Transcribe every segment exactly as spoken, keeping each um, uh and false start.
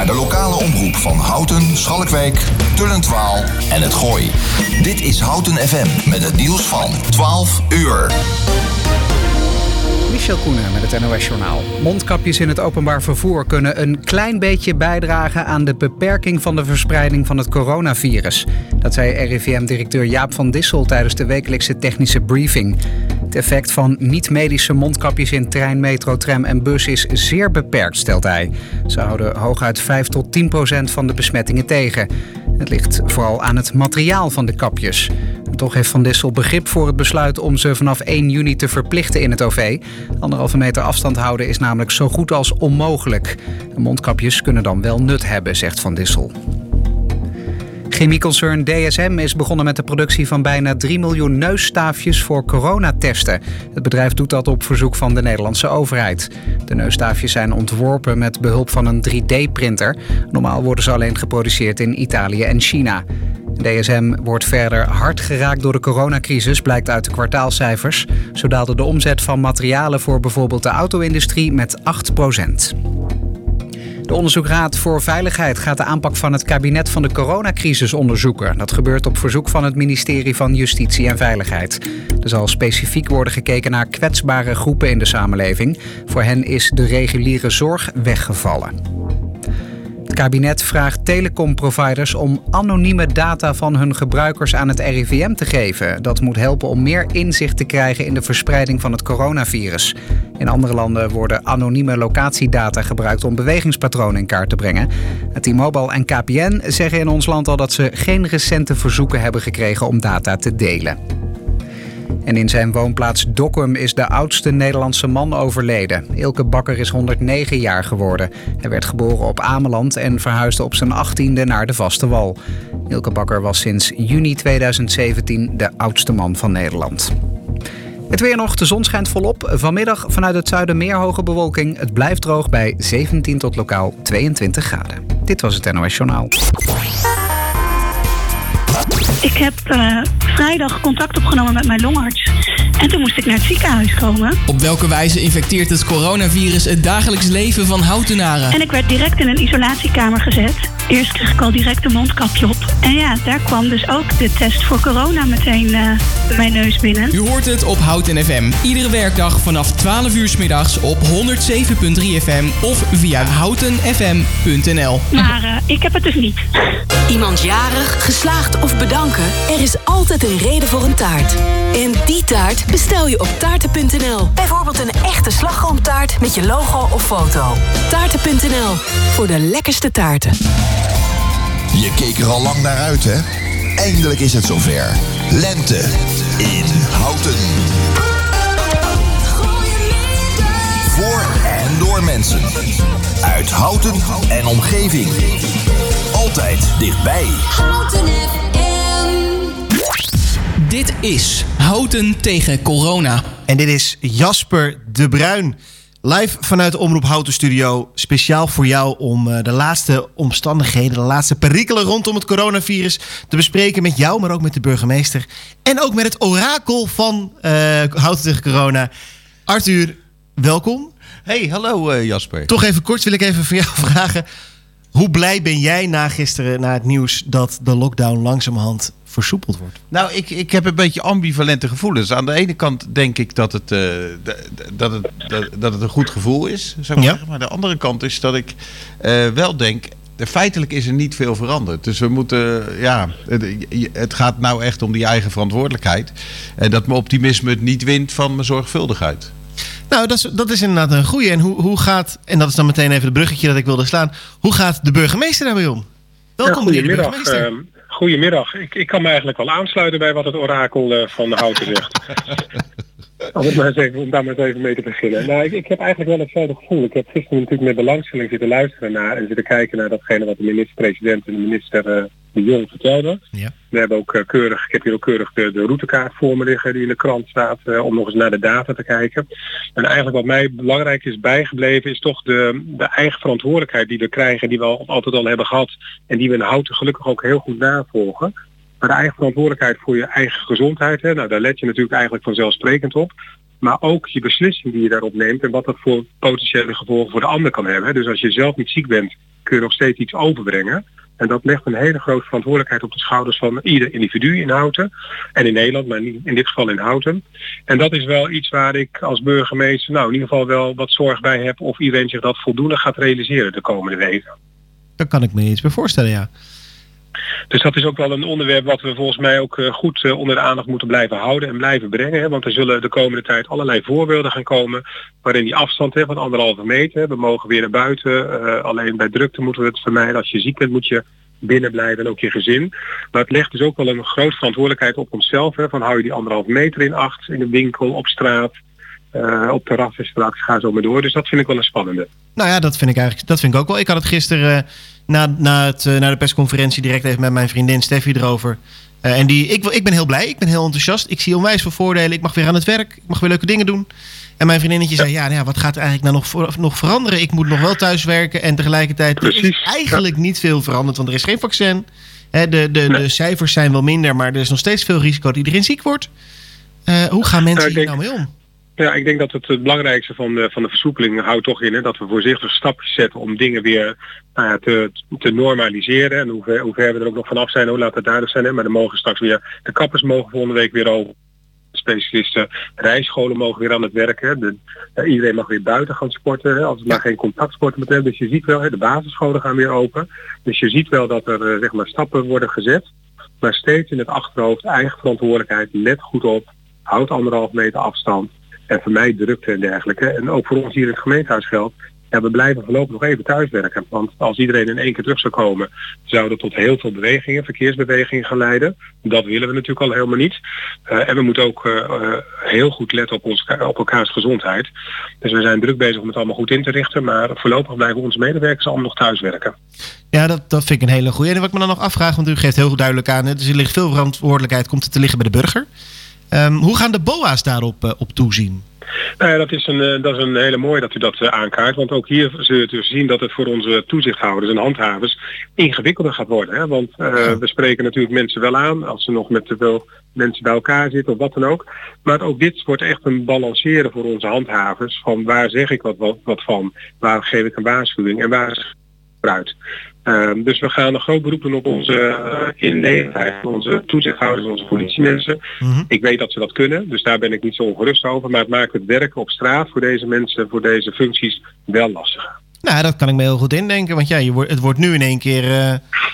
de lokale omroep van Houten, Schalkwijk, Tullentwaal en het Gooi. Dit is Houten F M met het nieuws van twaalf uur. Michel Koenen met het N O S-journaal. Mondkapjes in het openbaar vervoer kunnen een klein beetje bijdragen aan de beperking van de verspreiding van het coronavirus. Dat zei R I V M-directeur Jaap van Dissel tijdens de wekelijkse technische briefing. Het effect van niet-medische mondkapjes in trein, metro, tram en bus is zeer beperkt, stelt hij. Ze houden hooguit vijf tot tien procent van de besmettingen tegen. Het ligt vooral aan het materiaal van de kapjes. Toch heeft Van Dissel begrip voor het besluit om ze vanaf één juni te verplichten in het O V. Anderhalve meter afstand houden is namelijk zo goed als onmogelijk. De mondkapjes kunnen dan wel nut hebben, zegt Van Dissel. Chemieconcern D S M is begonnen met de productie van bijna drie miljoen neusstaafjes voor coronatesten. Het bedrijf doet dat op verzoek van de Nederlandse overheid. De neusstaafjes zijn ontworpen met behulp van een drie D-printer. Normaal worden ze alleen geproduceerd in Italië en China. D S M wordt verder hard geraakt door de coronacrisis, blijkt uit de kwartaalcijfers. Zo daalde de omzet van materialen voor bijvoorbeeld de auto-industrie met acht procent. De Onderzoekraad voor Veiligheid gaat de aanpak van het kabinet van de coronacrisis onderzoeken. Dat gebeurt op verzoek van het ministerie van Justitie en Veiligheid. Er zal specifiek worden gekeken naar kwetsbare groepen in de samenleving. Voor hen is de reguliere zorg weggevallen. Het kabinet vraagt telecomproviders om anonieme data van hun gebruikers aan het R I V M te geven. Dat moet helpen om meer inzicht te krijgen in de verspreiding van het coronavirus. In andere landen worden anonieme locatiedata gebruikt om bewegingspatronen in kaart te brengen. T-Mobile en K P N zeggen in ons land al dat ze geen recente verzoeken hebben gekregen om data te delen. En in zijn woonplaats Dokkum is de oudste Nederlandse man overleden. Ilke Bakker is honderdnegen jaar geworden. Hij werd geboren op Ameland en verhuisde op zijn achttiende naar de Vaste Wal. Ilke Bakker was sinds juni tweeduizend zeventien de oudste man van Nederland. Het weer nog, de zon schijnt volop. Vanmiddag vanuit het zuiden meer hoge bewolking. Het blijft droog bij zeventien tot lokaal tweeëntwintig graden. Dit was het N O S-journaal. Ik heb uh, vrijdag contact opgenomen met mijn longarts. En toen moest ik naar het ziekenhuis komen. Op welke wijze infecteert het coronavirus het dagelijks leven van Houtenaren? En ik werd direct in een isolatiekamer gezet. Eerst kreeg ik al direct een mondkapje op. En ja, daar kwam dus ook de test voor corona meteen uh, mijn neus binnen. U hoort het op Houten F M. Iedere werkdag vanaf twaalf uur 's middags op honderd zeven punt drie F M of via houten f m punt n l. Maar uh, ik heb het dus niet. Iemand jarig, geslaagd of bedanken? Er is altijd een reden voor een taart. En die taart bestel je op taarten punt n l. Bijvoorbeeld een echte slagroomtaart met je logo of foto. taarten punt n l, voor de lekkerste taarten. Je keek er al lang naar uit, hè? Eindelijk is het zover. Lente in Houten. Voor en door mensen. Uit Houten en omgeving. Altijd dichtbij. Houten F M. Dit is Houten tegen corona. En dit is Jasper de Bruin. Live vanuit de Omroep Houten Studio. Speciaal voor jou om uh, de laatste omstandigheden, de laatste perikelen rondom het coronavirus te bespreken met jou, maar ook met de burgemeester. En ook met het orakel van uh, Houten tegen corona. Arthur, welkom. Hey, hallo uh, Jasper. Toch even kort wil ik even van jou vragen. Hoe blij ben jij na gisteren, na het nieuws, dat de lockdown langzamerhand versoepeld wordt? Nou, ik, ik heb een beetje ambivalente gevoelens. Aan de ene kant denk ik dat het, uh, dat het, dat, dat het een goed gevoel is, zou ik maar ja. zeggen. Maar de andere kant is dat ik uh, wel denk, feitelijk is er niet veel veranderd. Dus we moeten, ja, het, het gaat nou echt om die eigen verantwoordelijkheid. En dat mijn optimisme het niet wint van mijn zorgvuldigheid. Nou, dat is, dat is inderdaad een goeie. En hoe, hoe gaat, en dat is dan meteen even het bruggetje dat ik wilde slaan. Hoe gaat de burgemeester daarmee om? Welkom, ja, meneer de goedemiddag. burgemeester. Uh, goedemiddag. Ik, ik kan me eigenlijk wel aansluiten bij wat het orakel uh, van de Houten zegt. Om, het maar eens even, om daar maar eens even mee te beginnen. Nou, ik, ik heb eigenlijk wel hetzelfde gevoel. Ik heb gisteren natuurlijk met belangstelling zitten luisteren naar en zitten kijken naar datgene wat de minister-president en de minister uh, De Jong vertelden. Ja. We hebben ook uh, keurig, ik heb hier ook keurig de, de routekaart voor me liggen die in de krant staat, uh, om nog eens naar de data te kijken. En eigenlijk wat mij belangrijk is bijgebleven is toch de, de eigen verantwoordelijkheid die we krijgen, die we al, altijd al hebben gehad en die we in Houten gelukkig ook heel goed navolgen. Maar de eigen verantwoordelijkheid voor je eigen gezondheid, hè, nou, daar let je natuurlijk eigenlijk vanzelfsprekend op. Maar ook je beslissing die je daarop neemt en wat dat voor potentiële gevolgen voor de ander kan hebben. Dus als je zelf niet ziek bent, kun je nog steeds iets overbrengen. En dat legt een hele grote verantwoordelijkheid op de schouders van ieder individu in Houten. En in Nederland, maar niet in dit geval in Houten. En dat is wel iets waar ik als burgemeester nou in ieder geval wel wat zorg bij heb of iedereen zich dat voldoende gaat realiseren de komende weken. Daar kan ik me iets bij voorstellen, ja. Dus dat is ook wel een onderwerp wat we volgens mij ook goed uh, onder de aandacht moeten blijven houden en blijven brengen. Hè? Want er zullen de komende tijd allerlei voorbeelden gaan komen waarin die afstand hè, van anderhalve meter. We mogen weer naar buiten. Uh, alleen bij drukte moeten we het vermijden. Als je ziek bent moet je binnen blijven en ook je gezin. Maar het legt dus ook wel een grote verantwoordelijkheid op onszelf. Hè? Van hou je die anderhalve meter in acht in de winkel, op straat, uh, op terrassen straks. Ga zo maar door. Dus dat vind ik wel een spannende. Nou ja, dat vind ik eigenlijk dat vind ik ook wel. Ik had het gisteren... Uh... Na, na, het, na de persconferentie direct even met mijn vriendin Steffi erover. Uh, en die, ik, ik ben heel blij, ik ben heel enthousiast. Ik zie onwijs veel voordelen. Ik mag weer aan het werk, ik mag weer leuke dingen doen. En mijn vriendinnetje ja. zei, ja, nou ja, wat gaat er eigenlijk nou nog, voor, nog veranderen? Ik moet nog wel thuis werken en tegelijkertijd er is eigenlijk ja. niet veel veranderd. Want er is geen vaccin. He, de, de, nee. de cijfers zijn wel minder, maar er is nog steeds veel risico dat iedereen ziek wordt. Uh, hoe gaan mensen hier nou mee om? Ja, ik denk dat het, het belangrijkste van de, van de versoepeling houdt toch in hè, dat we voorzichtig stapjes zetten om dingen weer nou ja, te, te normaliseren. En hoe ver, hoe ver we er ook nog vanaf zijn, hoe laat het duidelijk zijn. Hè, maar er mogen straks weer, de kappers mogen volgende week weer over. Specialisten, rijscholen mogen weer aan het werk. Hè. De, ja, iedereen mag weer buiten gaan sporten, hè, als het maar geen contactsporten betreft. Dus je ziet wel, hè, de basisscholen gaan weer open. Dus je ziet wel dat er uh, zeg maar stappen worden gezet. Maar steeds in het achterhoofd, eigen verantwoordelijkheid, let goed op, houd anderhalf meter afstand. En voor mij drukte en dergelijke. En ook voor ons hier in het gemeentehuis geldt. Ja, we blijven voorlopig nog even thuiswerken. Want als iedereen in één keer terug zou komen, zou dat tot heel veel bewegingen, verkeersbewegingen gaan leiden. Dat willen we natuurlijk al helemaal niet. Uh, en we moeten ook uh, uh, heel goed letten op, ons, op elkaars gezondheid. Dus we zijn druk bezig om het allemaal goed in te richten. Maar voorlopig blijven onze medewerkers allemaal nog thuiswerken. Ja, dat, dat vind ik een hele goeie. En wat ik me dan nog afvraag, want u geeft heel duidelijk aan, dus er ligt veel verantwoordelijkheid, komt het te liggen bij de burger. Um, hoe gaan de B O A's daarop uh, op toezien? Nou ja, dat is een, uh, dat is een hele mooie dat u dat uh, aankaart. Want ook hier zul je dus zien dat het voor onze toezichthouders en handhavers ingewikkelder gaat worden. Hè? Want uh, we spreken natuurlijk mensen wel aan als ze nog met te veel mensen bij elkaar zitten of wat dan ook. Maar ook dit wordt echt een balanceren voor onze handhavers. Van waar zeg ik wat, wat, wat van? Waar geef ik een waarschuwing? En waar is het uit? Uh, dus we gaan een groot beroep doen op onze uh, inleefheid, onze toezichthouders, onze politiemensen. Mm-hmm. Ik weet dat ze dat kunnen, dus daar ben ik niet zo ongerust over. Maar het maakt het werken op straat voor deze mensen, voor deze functies, wel lastiger. Nou, dat kan ik me heel goed indenken. Want ja, je wordt, het wordt nu in één keer uh,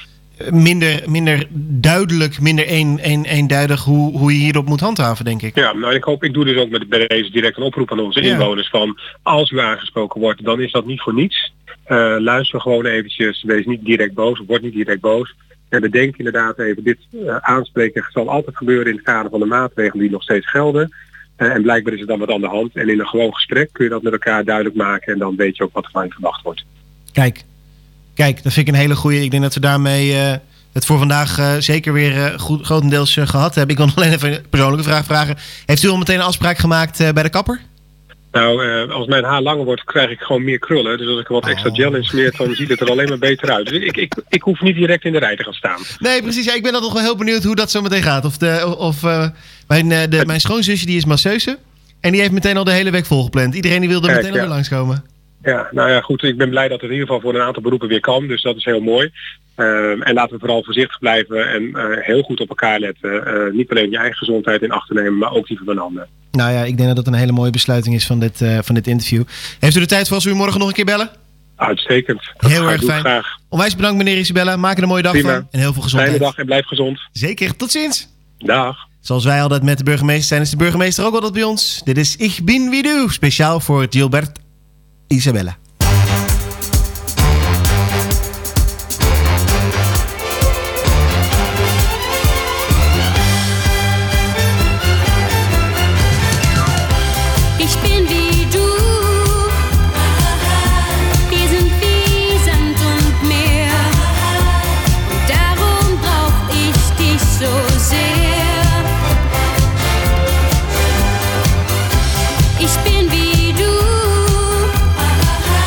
minder, minder duidelijk, minder een, een, eenduidig hoe, hoe je hierop moet handhaven, denk ik. Ja, nou ik hoop, ik doe dus ook met bij deze direct een oproep aan onze ja. inwoners van als u aangesproken wordt, dan is dat niet voor niets. Uh, luister gewoon eventjes, wees niet direct boos, of word niet direct boos. En bedenk inderdaad even, dit uh, aanspreken zal altijd gebeuren in het kader van de maatregelen die nog steeds gelden. Uh, en blijkbaar is er dan wat aan de hand. En in een gewoon gesprek kun je dat met elkaar duidelijk maken en dan weet je ook wat er van je verwacht wordt. Kijk, kijk, dat vind ik een hele goeie. Ik denk dat we daarmee uh, het voor vandaag uh, zeker weer uh, goed, grotendeels uh, gehad hebben. Ik wil nog alleen even een persoonlijke vraag vragen. Heeft u al meteen een afspraak gemaakt uh, bij de kapper? Nou, uh, als mijn haar langer wordt, krijg ik gewoon meer krullen. Dus als ik er wat extra gel in smeer, dan ziet het er alleen maar beter uit. Dus ik, ik, ik hoef niet direct in de rij te gaan staan. Nee, precies. Ja, ik ben dan toch wel heel benieuwd hoe dat zo meteen gaat. Of, de, of uh, mijn, uh, de, mijn schoonzusje die is masseuse. En die heeft meteen al de hele week volgepland. Iedereen die wilde meteen ja. alweer langskomen. Ja, nou ja, goed. Ik ben blij dat het in ieder geval voor een aantal beroepen weer kan. Dus dat is heel mooi. Uh, en laten we vooral voorzichtig blijven en uh, heel goed op elkaar letten. Uh, niet alleen je eigen gezondheid in acht te nemen, maar ook die van een ander. Nou ja, ik denk dat dat een hele mooie besluiting is van dit, uh, van dit interview. Heeft u de tijd voor als we u morgen nog een keer bellen? Uitstekend. Dat heel erg fijn. Graag. Onwijs bedankt meneer Isabella. Maak er een mooie dag Prima. van. En heel veel gezondheid. Fijne dag en blijf gezond. Zeker. Tot ziens. Dag. Zoals wij altijd met de burgemeester zijn, is de burgemeester ook altijd bij ons. Dit is Ich bin wie du. Speciaal voor Gilbert Isabella. Ich bin wie du.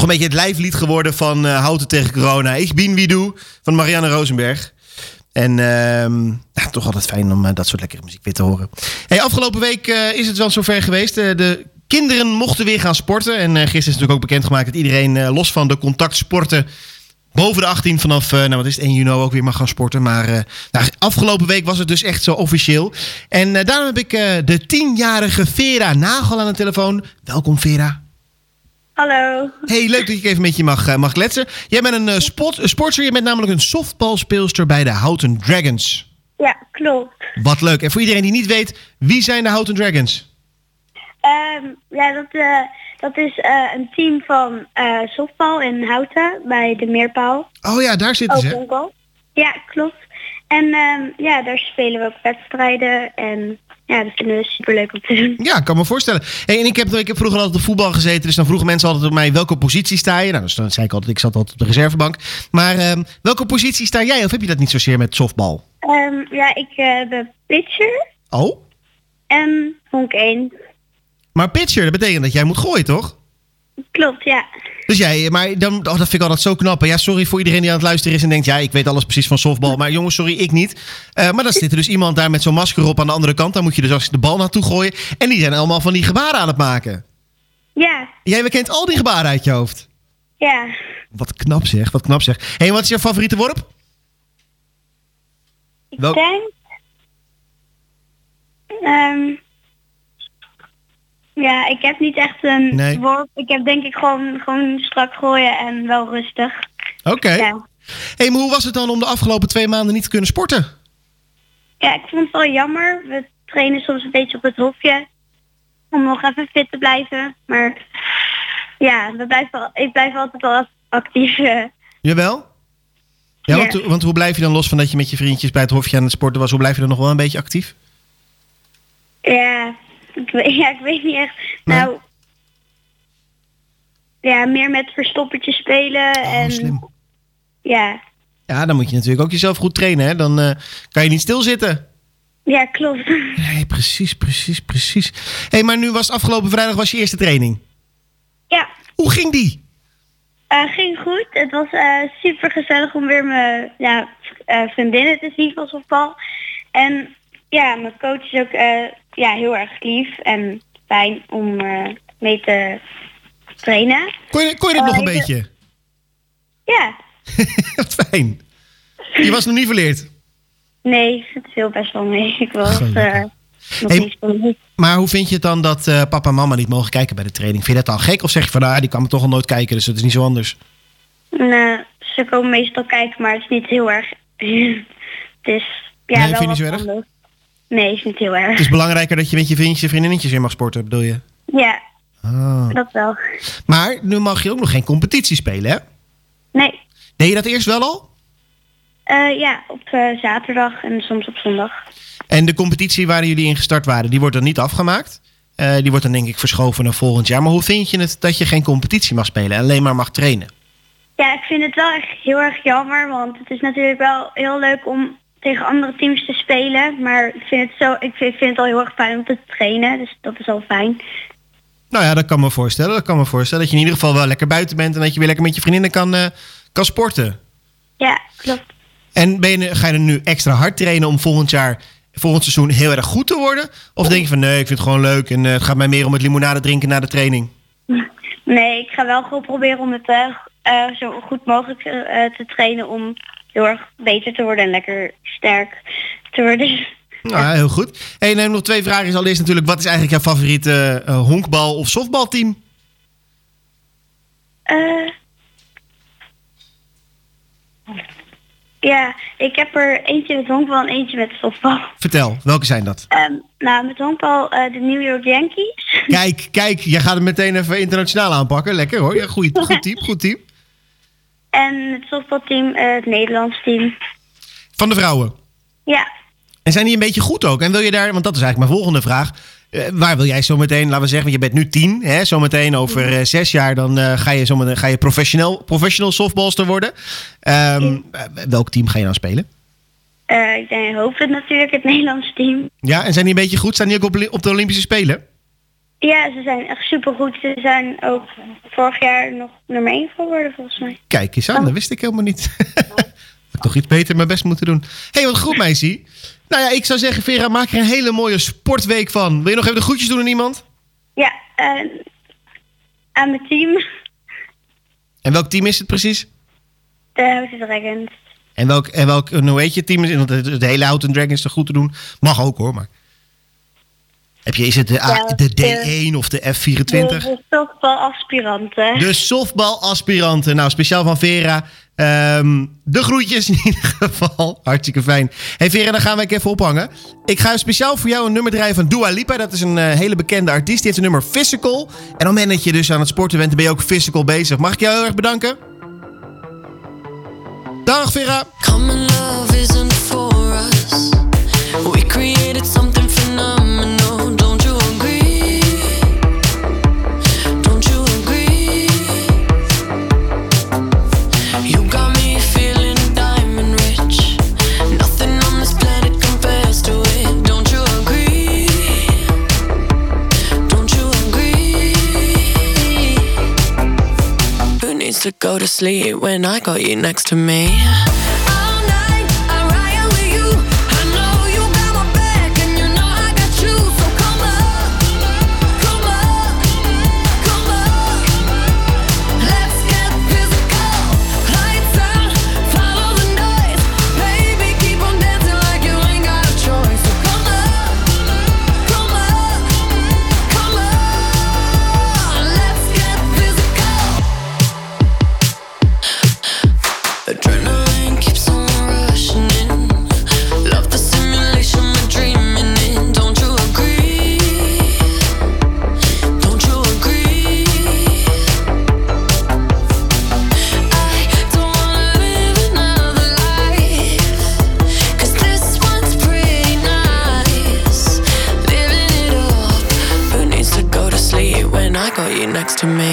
een beetje het lijflied geworden van uh, Houten tegen corona. Ik bin wie doe van Marianne Rosenberg. En uh, ja, toch altijd fijn om uh, dat soort lekkere muziek weer te horen. Hey, afgelopen week uh, is het wel zover geweest. Uh, de kinderen mochten weer gaan sporten. En uh, gisteren is natuurlijk ook bekendgemaakt dat iedereen uh, los van de contactsporten boven de achttien vanaf, uh, nou wat is het, één juni ook weer mag gaan sporten. Maar uh, nou, afgelopen week was het dus echt zo officieel. En uh, daarom heb ik uh, de tienjarige Vera Nagel aan de telefoon. Welkom Vera. Hallo. Hey, leuk dat ik even met je mag, uh, mag kletsen. Jij bent een uh, sport, een sportster, je bent namelijk een softballspeelster bij de Houten Dragons. Ja, klopt. Wat leuk. En voor iedereen die niet weet, wie zijn de Houten Dragons? Um, ja, dat, uh, dat is uh, een team van uh, softbal in Houten bij de Meerpaal. Oh ja, daar zitten ze. Honkbal. Ja, klopt. En um, ja, daar spelen we ook wedstrijden en ja, dat vinden we superleuk om te doen. Ja, ik kan me voorstellen. Hey, en ik heb, ik heb vroeger altijd op voetbal gezeten, dus dan vroegen mensen altijd op mij welke positie sta je. Nou, dus dan zei ik altijd, ik zat altijd op de reservebank. Maar um, welke positie sta jij of heb je dat niet zozeer met softbal? Um, ja, ik uh, ben pitcher. Oh? En honk één. Maar pitcher, dat betekent dat jij moet gooien, toch? Klopt, ja. Dus jij, maar dan, oh, dat vind ik altijd zo knap. Ja, sorry voor iedereen die aan het luisteren is en denkt, ja, ik weet alles precies van softbal. Maar jongens, sorry, ik niet. Uh, maar dan zit er dus iemand daar met zo'n masker op aan de andere kant. Dan moet je dus als de bal naartoe gooien. En die zijn allemaal van die gebaren aan het maken. Ja. Jij bekent al die gebaren uit je hoofd. Ja. Wat knap zeg, wat knap zeg. Hé, hey, wat is jouw favoriete worp? Ik Wel... denk... Um... Ja, ik heb niet echt een nee. worp. Ik heb denk ik gewoon, gewoon strak gooien en wel rustig. Oké. Okay. Ja. Hey, maar hoe was het dan om de afgelopen twee maanden niet te kunnen sporten? Ja, ik vond het wel jammer. We trainen soms een beetje op het hofje. Om nog even fit te blijven. Maar ja, we blijven, ik blijf altijd wel actief. Uh. Jawel? Ja, ja. want, want hoe blijf je dan los van dat je met je vriendjes bij het hofje aan het sporten was? Hoe blijf je dan nog wel een beetje actief? Ja... Ik weet, ja, ik weet niet echt. Nee. Nou, ja, meer met verstoppertjes spelen. Oh, en slim. Ja. Ja, dan moet je natuurlijk ook jezelf goed trainen, hè? Dan uh, kan je niet stilzitten. Ja, klopt. Nee, precies, precies, precies. Hé, hey, maar nu was afgelopen vrijdag was je eerste training. Ja. Hoe ging die? Uh, ging goed. Het was uh, super gezellig om weer mijn ja, uh, vriendinnen te zien van softbal. En ja, mijn coach is ook uh, ja, heel erg lief en fijn om uh, mee te trainen. Kon je, kon je dat uh, nog een de... beetje? Ja. Wat fijn. Je was nog niet verleerd? Nee, het viel best wel mee. Ik was uh, nog hey, niet verleerd. Maar hoe vind je het dan dat uh, papa en mama niet mogen kijken bij de training? Vind je dat dan gek? Of zeg je van, nou, die kan me toch al nooit kijken, dus het is niet zo anders? Nou, ze komen meestal kijken, maar het is niet heel erg. Het is ja, nee, wel vind je niet wat zo erg? anders. Nee, is niet heel erg. Het is belangrijker dat je met je vriendjes en vriendinnetjes weer mag sporten, bedoel je? Ja, oh. dat wel. Maar nu mag je ook nog geen competitie spelen, hè? Nee. Deed je dat eerst wel al? Uh, ja, op uh, zaterdag en soms op zondag. En de competitie waar jullie in gestart waren, die wordt dan niet afgemaakt? Uh, die wordt dan denk ik verschoven naar volgend jaar. Maar hoe vind je het dat je geen competitie mag spelen en alleen maar mag trainen? Ja, ik vind het wel echt heel erg jammer, want het is natuurlijk wel heel leuk om tegen andere teams te spelen. Maar ik vind het, zo, ik vind, ik vind het al heel erg fijn om te trainen, dus dat is al fijn. Nou ja, dat kan me voorstellen. Dat kan me voorstellen dat je in ieder geval wel lekker buiten bent en dat je weer lekker met je vriendinnen kan, uh, kan sporten. Ja, klopt. En ben je, ga je er nu extra hard trainen om volgend jaar, volgend seizoen heel erg goed te worden? Of denk je van nee, ik vind het gewoon leuk en uh, het gaat mij meer om het limonade drinken na de training? Nee, ik ga wel gewoon proberen om het uh, uh, zo goed mogelijk uh, te trainen om heel erg beter te worden en lekker sterk te worden. Nou, ja, heel goed. Hey, neem nog twee vragen. Allereerst natuurlijk, wat is eigenlijk jouw favoriete uh, honkbal- of softbalteam? Uh, ja, ik heb er eentje met honkbal en eentje met softbal. Vertel, welke zijn dat? Um, nou, met honkbal uh, de New York Yankees. Kijk, kijk, jij gaat het meteen even internationaal aanpakken. Lekker hoor, ja, goed, goed team, goed team. En het softbalteam, uh, het Nederlands team. Van de vrouwen? Ja. En zijn die een beetje goed ook? En wil je daar, want dat is eigenlijk mijn volgende vraag. Uh, waar wil jij zo meteen, laten we zeggen, want je bent nu tien. Hè, zometeen over uh, zes jaar dan uh, ga je, zometeen, ga je professional, professional softballster worden. Um, uh, welk team ga je dan spelen? Uh, ik denk, hoop het natuurlijk, het Nederlands team. Ja, en zijn die een beetje goed? Staan die ook op, op de Olympische Spelen? Ja, ze zijn echt supergoed. Ze zijn ook vorig jaar nog nummer één geworden volgens mij. Kijk eens aan, dat wist ik helemaal niet. Had ik toch iets beter mijn best moeten doen. Hé, hey, wat goed meisje. Nou ja, ik zou zeggen, Vera, maak er een hele mooie sportweek van. Wil je nog even de groetjes doen aan iemand? Ja, uh, aan mijn team. En welk team is het precies? De Houten Dragons. En welk, en welk, hoe heet je team? Want de hele Houten Dragons te goed te doen. Mag ook hoor, maar... Heb je, is het de, ja, A, de D één of de F vierentwintig? De, de softbalaspiranten. De softbalaspiranten. Nou, speciaal van Vera. Um, de groetjes in ieder geval. Hartstikke fijn. Hey Vera, dan gaan we even ophangen. Ik ga speciaal voor jou een nummer draaien van Dua Lipa. Dat is een uh, hele bekende artiest. Die heeft een nummer Physical. En op het moment dat je dus aan het sporten bent, dan ben je ook physical bezig. Mag ik jou heel erg bedanken? Dag Vera. Common love isn't for us. We created something phenomenal. Don't you agree? Don't you agree? You got me feeling diamond rich. Nothing on this planet compares to it. Don't you agree? Don't you agree? Who needs to go to sleep when I got you next to me? Next to me.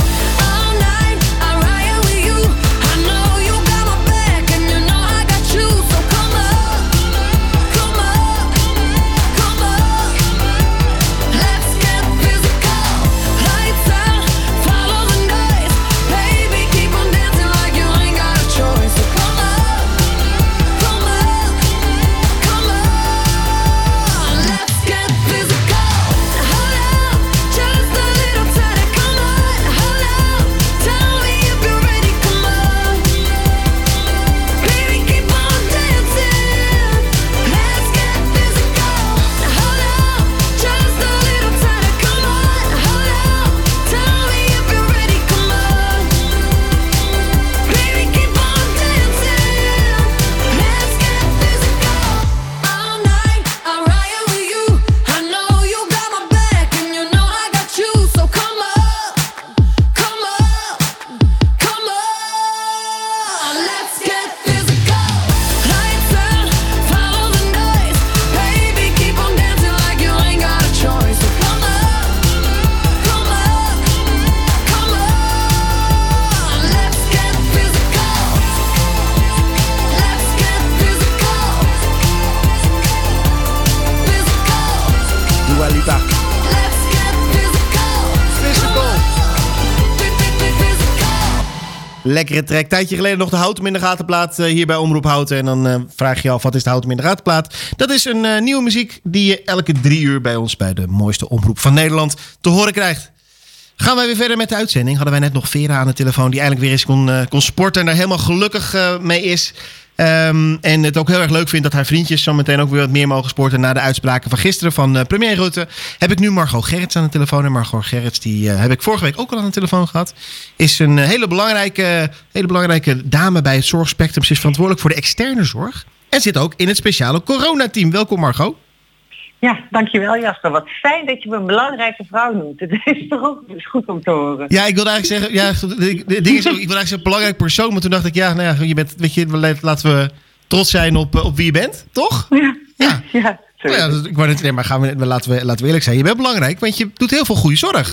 Lekkere track. Tijdje geleden nog de Houten in de Gatenplaat uh, hier bij Omroep Houten. En dan uh, vraag je je af, wat is de Houten in de Gatenplaat? Dat is een uh, nieuwe muziek die je elke drie uur bij ons bij de mooiste omroep van Nederland te horen krijgt. Gaan wij weer verder met de uitzending. Hadden wij net nog Vera aan de telefoon die eindelijk weer eens kon, uh, kon sporten en daar helemaal gelukkig uh, mee is. Um, en het ook heel erg leuk vindt dat haar vriendjes zo meteen ook weer wat meer mogen sporten na de uitspraken van gisteren van uh, premier Rutte. Heb ik nu Margot Gerrits aan de telefoon. En Margot Gerrits, die uh, heb ik vorige week ook al aan de telefoon gehad. Is een uh, hele, belangrijke, hele belangrijke dame bij het Zorgspectrum. Ze is verantwoordelijk voor de externe zorg. En zit ook in het speciale coronateam. Welkom Margot. Ja, dankjewel Jasper. Wat fijn dat je me een belangrijke vrouw noemt. Het is toch ook goed om te horen. Ja, ik wilde eigenlijk zeggen, ja, de, de ding is ook, ik wilde eigenlijk zeggen belangrijk persoon, maar toen dacht ik, ja, nou ja, je bent, weet je, laten we trots zijn op, op wie je bent, toch? Ja, ja. ja. Nou ja, dus ik wou net, nee, maar gaan we, laten we, laten we eerlijk zijn. Je bent belangrijk, want je doet heel veel goede zorg.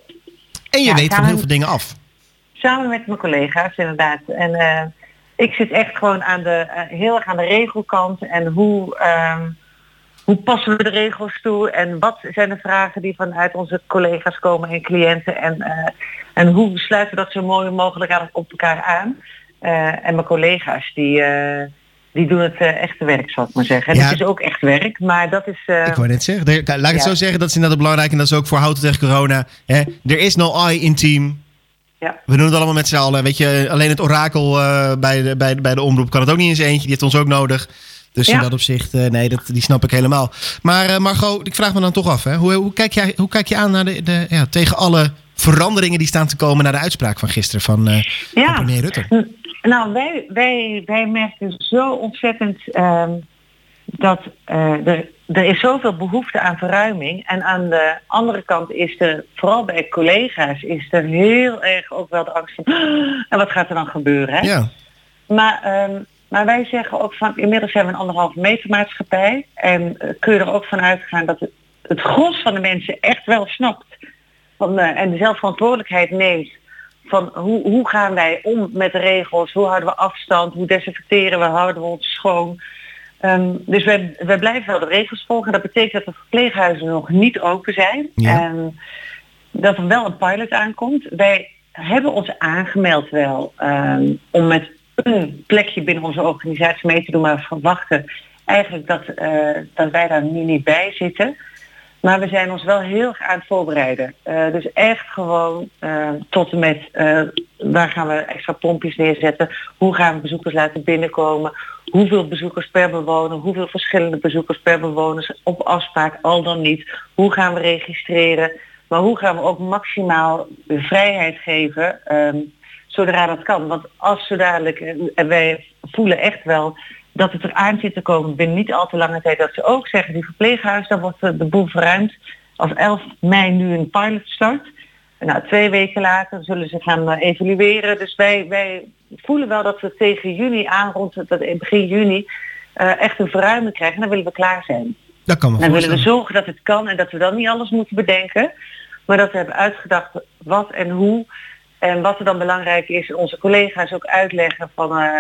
En je ja, weet van heel veel dingen af. Samen met mijn collega's, inderdaad. En uh, ik zit echt gewoon aan de, uh, heel erg aan de regelkant en hoe. Uh, hoe passen we de regels toe en wat zijn de vragen die vanuit onze collega's komen en cliënten en, uh, en hoe sluiten we dat zo mooi mogelijk aan, op elkaar aan. Uh, en mijn collega's die, uh, die doen het uh, echte werk, zal ik maar zeggen. En Ja. het is ook echt werk, maar dat is... Uh, Ik wou net zeggen, er- laat ik het Ja. zo zeggen, dat is inderdaad belangrijk en dat is ook voor Houten tegen corona. Hè? Er is no I in team. Ja. We doen het allemaal met z'n allen. Weet je, alleen het orakel uh, bij, de, bij, de, bij de omroep kan het ook niet in zijn eentje. Die heeft ons ook nodig. Dus in Ja. dat opzicht, uh, nee, dat, die snap ik helemaal. Maar uh, Margot, ik vraag me dan toch af. Hè? Hoe, hoe, kijk jij, hoe kijk je aan naar de, de, ja, tegen alle veranderingen die staan te komen na de uitspraak van gisteren van, uh, Ja. van premier Rutte? Nou, wij, wij, wij merken zo ontzettend um, dat uh, er, er is zoveel behoefte aan verruiming. En aan de andere kant is er, vooral bij collega's, is er heel erg ook wel de angst van... En wat gaat er dan gebeuren? Hè? Ja. Maar, um, maar wij zeggen ook van, inmiddels zijn we een anderhalve meter maatschappij. En uh, kun je er ook van uitgaan dat het, het gros van de mensen echt wel snapt. Van, uh, en de zelfverantwoordelijkheid neemt. Van hoe, hoe gaan wij om met de regels? Hoe houden we afstand? Hoe desinfecteren we? Houden we ons schoon? Um, dus wij, wij blijven wel de regels volgen. Dat betekent dat de verpleeghuizen nog niet open zijn. Ja. En dat er wel een pilot aankomt. Wij hebben ons aangemeld wel um, om met een plekje binnen onze organisatie mee te doen. Maar we verwachten eigenlijk dat, uh, dat wij daar nu niet bij zitten. Maar we zijn ons wel heel erg aan het voorbereiden. Uh, dus echt gewoon uh, tot en met uh, waar gaan we extra pompjes neerzetten. Hoe gaan we bezoekers laten binnenkomen. Hoeveel bezoekers per bewoner. Hoeveel verschillende bezoekers per bewoner op afspraak, al dan niet. Hoe gaan we registreren. Maar hoe gaan we ook maximaal de vrijheid geven. Um, zodra dat kan. Want als zo dadelijk, en wij voelen echt wel dat het er aan zit te komen binnen niet al te lange tijd, dat ze ook zeggen, die verpleeghuis, dan wordt de boel verruimd. Als elf mei nu een pilot start. En nou, twee weken later zullen ze gaan uh, evalueren. Dus wij, wij voelen wel dat we tegen juni aan, rond het, begin juni, uh, echt een verruiming krijgen. En dan willen we klaar zijn. Dat kan me Dan willen we voorstellen. zorgen dat het kan en dat we dan niet alles moeten bedenken. Maar dat we hebben uitgedacht wat en hoe. En wat er dan belangrijk is, onze collega's ook uitleggen van... Uh,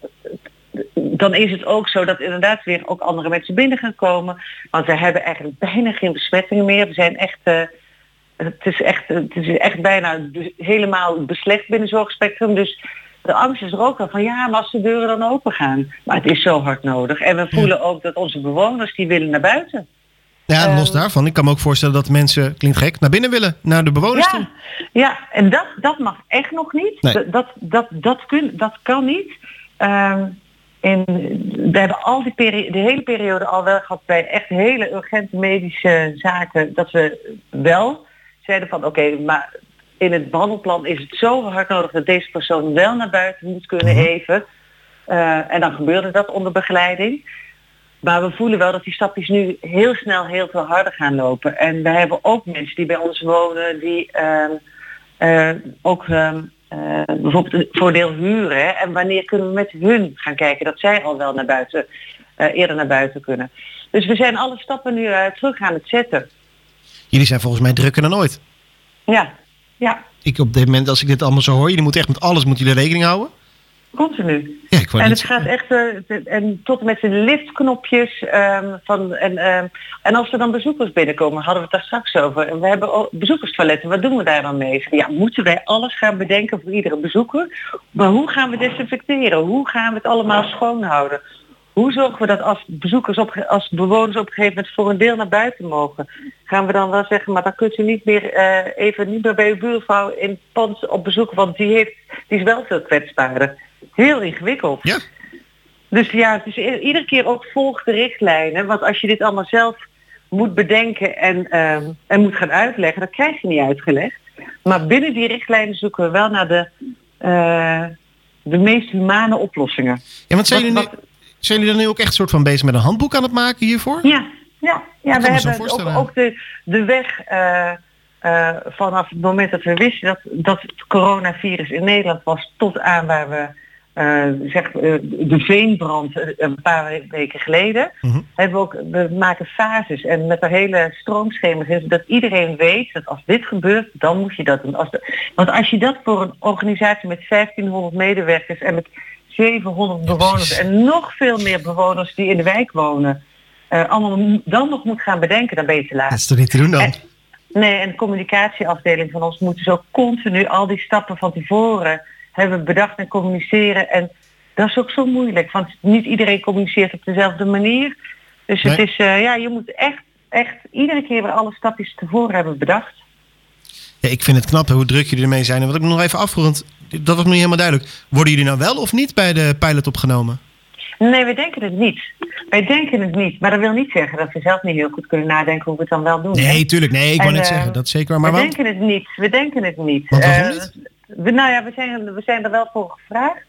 dan is het ook zo dat inderdaad weer ook andere mensen binnen gaan komen. Want we hebben eigenlijk bijna geen besmettingen meer. We zijn echt, uh, het, is echt het is echt bijna be- helemaal beslecht binnen zorgspectrum. Dus de angst is er ook al van ja, maar als de deuren dan open gaan. Maar het is zo hard nodig. En we voelen ook dat onze bewoners die willen naar buiten. Ja, los Um, daarvan. Ik kan me ook voorstellen dat mensen, klinkt gek, naar binnen willen. Naar de bewoners toe. Ja, ja, en dat, dat mag echt nog niet. Nee. Dat, dat, dat, dat, kun, dat kan niet. Um, En we hebben al die peri- de hele periode al wel gehad bij echt hele urgente medische zaken, dat we wel zeiden van oké, okay, maar in het behandelplan is het zo hard nodig dat deze persoon wel naar buiten moet kunnen even. Uh, en dan gebeurde dat onder begeleiding. Maar we voelen wel dat die stapjes nu heel snel heel veel harder gaan lopen. En we hebben ook mensen die bij ons wonen die uh, uh, ook... Uh, Uh, bijvoorbeeld een voordeel huren. Hè? En wanneer kunnen we met hun gaan kijken dat zij al wel naar buiten, uh, eerder naar buiten kunnen. Dus we zijn alle stappen nu uh, terug aan het zetten. Jullie zijn volgens mij drukker dan ooit. Ja, ja. Ik op dit moment, als ik dit allemaal zo hoor, jullie moeten echt met alles moeten jullie rekening houden. Continu. Ja, ik wou En net het gaat echt uh, en tot en met de liftknopjes. Um, van, en, um, en als er dan bezoekers binnenkomen, hadden we het daar straks over. En we hebben ook bezoekerstoiletten, wat doen we daar dan mee? Ja, moeten wij alles gaan bedenken voor iedere bezoeker? Maar hoe gaan we desinfecteren? Hoe gaan we het allemaal schoonhouden? Hoe zorgen we dat als bezoekers op, als bewoners op een gegeven moment voor een deel naar buiten mogen? Gaan we dan wel zeggen, maar dan kunt u niet meer uh, even niet meer bij uw buurvrouw in het pand op bezoek, want die, heeft, die is wel veel kwetsbaarder. Heel ingewikkeld. Ja. Dus ja, het is i- iedere keer ook volg de richtlijnen. Want als je dit allemaal zelf moet bedenken en, uh, en moet gaan uitleggen, dat krijg je niet uitgelegd. Maar binnen die richtlijnen zoeken we wel naar de, uh, de meest humane oplossingen. Ja, want zijn Wat- jullie, nu, wat- zijn jullie dan nu ook echt soort van bezig met een handboek aan het maken hiervoor? Ja, ja, ja kan we me zo hebben ook, voorstellen. ook de, de weg uh, uh, vanaf het moment dat we wisten dat, dat het coronavirus in Nederland was tot aan waar we uh, zeg, uh, de veenbrand uh, een paar weken geleden. Mm-hmm. Hebben we ook, we maken fases en met een hele stroomschema dat iedereen weet dat als dit gebeurt, dan moet je dat doen. Als de, want als je dat voor een organisatie met vijftienhonderd medewerkers en met zevenhonderd bewoners en nog veel meer bewoners die in de wijk wonen, uh, allemaal dan nog moet gaan bedenken, dan ben je te laat. Dat is toch niet te doen dan? En, nee, en de communicatieafdeling van ons moet dus ook continu al die stappen van tevoren hebben bedacht en communiceren. En dat is ook zo moeilijk, want niet iedereen communiceert op dezelfde manier. Dus Nee. het is, uh, ja, je moet echt, echt iedere keer weer alle stapjes tevoren hebben bedacht. Ja, ik vind het knap hoe druk jullie ermee zijn. En wat ik me nog even afvroeg, want dat was nog niet helemaal duidelijk. Worden jullie nou wel of niet bij de pilot opgenomen? Nee, wij denken het niet. Wij denken het niet. Maar dat wil niet zeggen dat we zelf niet heel goed kunnen nadenken hoe we het dan wel doen. Nee, hè? tuurlijk. Nee, ik En, wou net uh, zeggen. Dat is zeker waar. Maar we want, denken het niet. We denken het niet. Want waarom Uh, niet? We, nou ja, we zijn, we zijn er wel voor gevraagd.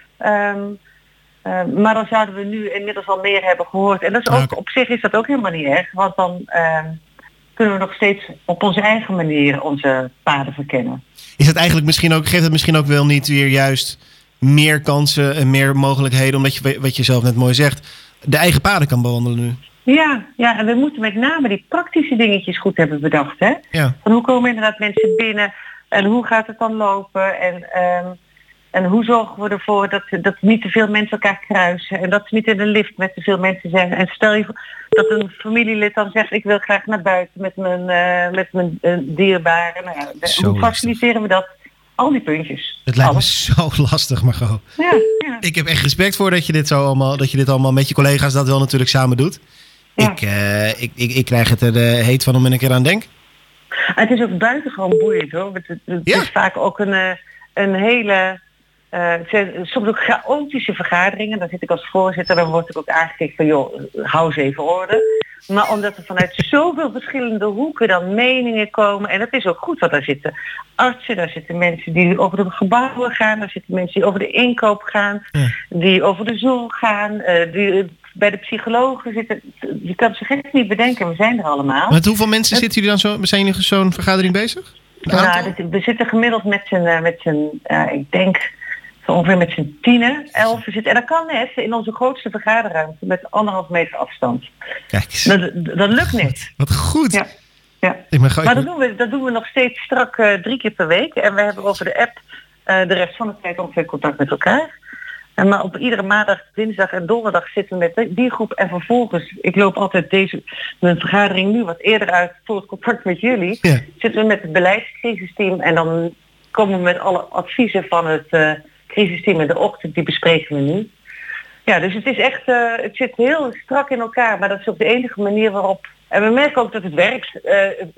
Um, uh, maar dan zouden we nu inmiddels al meer hebben gehoord. En dat is ook, Ah, oké. op zich is dat ook helemaal niet erg. Want dan uh, kunnen we nog steeds op onze eigen manier onze paden verkennen. is het eigenlijk misschien ook, geeft het misschien ook wel niet weer juist meer kansen en meer mogelijkheden, omdat je, wat je zelf net mooi zegt, de eigen paden kan bewandelen nu? Ja, ja, en we moeten met name die praktische dingetjes goed hebben bedacht. Hè? Ja. Van hoe komen inderdaad mensen binnen en hoe gaat het dan lopen en, um, en hoe zorgen we ervoor dat, dat niet te veel mensen elkaar kruisen en dat ze niet in de lift met te veel mensen zijn. En stel je voor dat een familielid dan zegt ik wil graag naar buiten met mijn, uh, met mijn uh, dierbaren. Nou ja, de, Zo hoe faciliteren we dat? Al die puntjes. Het lijkt Alles. me zo lastig, Margot. Ja, ja. Ik heb echt respect voor dat je dit zo allemaal, dat je dit allemaal met je collega's dat wel natuurlijk samen doet. Ja. Ik, uh, ik, ik, ik krijg het er uh, heet van om er een keer aan denk. Het is ook buitengewoon boeiend hoor. Het, het, het Ja. is vaak ook een, uh, een hele, uh, het zijn soms ook chaotische vergaderingen. Dan zit ik als voorzitter, dan word ik ook aangekeken van joh, hou eens even orde. Maar omdat er vanuit zoveel verschillende hoeken dan meningen komen. En dat is ook goed, want daar zitten artsen, daar zitten mensen die over de gebouwen gaan. Daar zitten mensen die over de inkoop gaan. Ja. Die over de zorg gaan. Uh, die uh, bij de psychologen zitten. Je kan ze gek niet bedenken, we zijn er allemaal. Met hoeveel mensen zitten jullie dan zo, zijn jullie zo'n vergadering bezig? Een Nou, aantal? dit- we zitten gemiddeld met z'n, uh, met z'n uh, ik denk zo ongeveer met z'n tienen, elf zitten. En dat kan net in onze grootste vergaderruimte met anderhalf meter afstand. Kijk eens. Dat, dat lukt net. Wat goed. Ja. Ja. Ik ben gewoon- Maar dat doen, we, dat doen we nog steeds strak uh, drie keer per week. En we hebben over de app uh, de rest van de tijd ongeveer contact met elkaar. En maar op iedere maandag, dinsdag en donderdag zitten we met die groep. En vervolgens, ik loop altijd deze mijn vergadering nu wat eerder uit voor het contact met jullie. Ja. Zitten we met het beleidscrisisteam en dan komen we met alle adviezen van het uh, crisisteam in de ochtend. Die bespreken we nu. Ja, dus het is echt, uh, het zit heel strak in elkaar. Maar dat is ook de enige manier waarop. En we merken ook dat het werkt. Uh,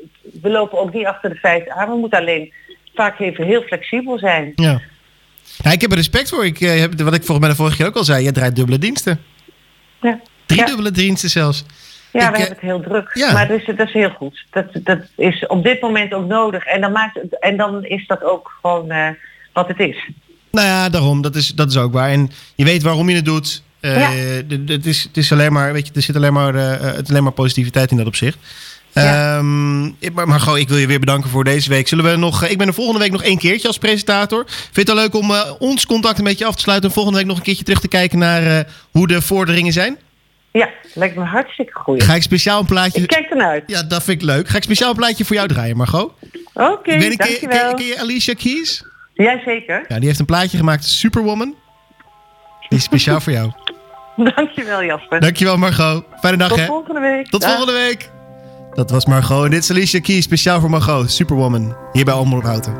we lopen ook niet achter de feiten aan. We moeten alleen vaak even heel flexibel zijn. Ja. Nou, ik heb er respect voor. Ik, uh, heb, wat ik volgens mij de vorige keer ook al zei, je draait dubbele diensten. Ja. Drie Ja. dubbele diensten zelfs. Ja, Ik, we eh, hebben het heel druk. ja. Maar dus, dat is heel goed. Dat, dat is op dit moment ook nodig. En dan, maakt het, en dan is dat ook gewoon uh, wat het is. Nou ja, daarom. Dat is, dat is ook waar. En je weet waarom je het doet. Uh, Ja. d- d- het, is, het is alleen maar, weet je, er zit alleen maar, uh, het is alleen maar positiviteit in dat opzicht. Ja. Ehm, ik- maar, maar gewoon, ik wil je weer bedanken voor deze week. Zullen we nog? Ik ben er volgende week nog één keertje als presentator. Vind je het wel leuk om uh, ons contact een beetje af te sluiten en volgende week nog een keertje terug te kijken naar uh, hoe de vorderingen zijn? Ja, lijkt me hartstikke goed. Ga ik speciaal een plaatje. Ik kijk ernaar uit. Ja, dat vind ik leuk. Ga ik speciaal een plaatje voor jou draaien, Margot? Oké, okay, Ik weet niet, ken, ken, dankjewel. ken je Alicia Keys? Jazeker. Ja, die heeft een plaatje gemaakt, Superwoman. Die is speciaal voor jou. Dankjewel Jasper. Dankjewel Margot. Fijne dag Tot hè. volgende week. Tot Dag. volgende week. Dat was Margot en dit is Alicia Keys, speciaal voor Margot. Superwoman. Hier bij Omroep Houten.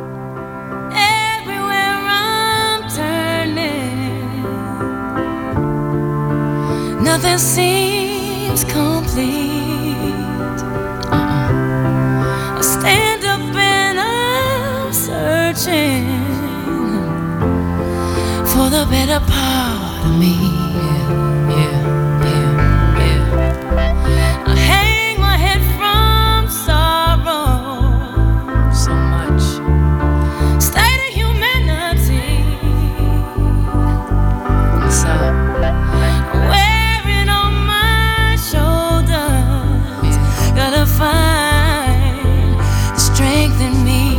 Everywhere I'm turning, nothing seems complete. Uh-uh. I stand up and I'm searching for the better part of me. Yeah, yeah, yeah, yeah. I hang my head from sorrow so much. State of humanity. So wearing on my shoulders, gotta find the strength in me.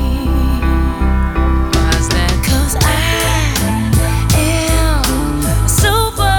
Why's that? 'Cause I am a superwoman.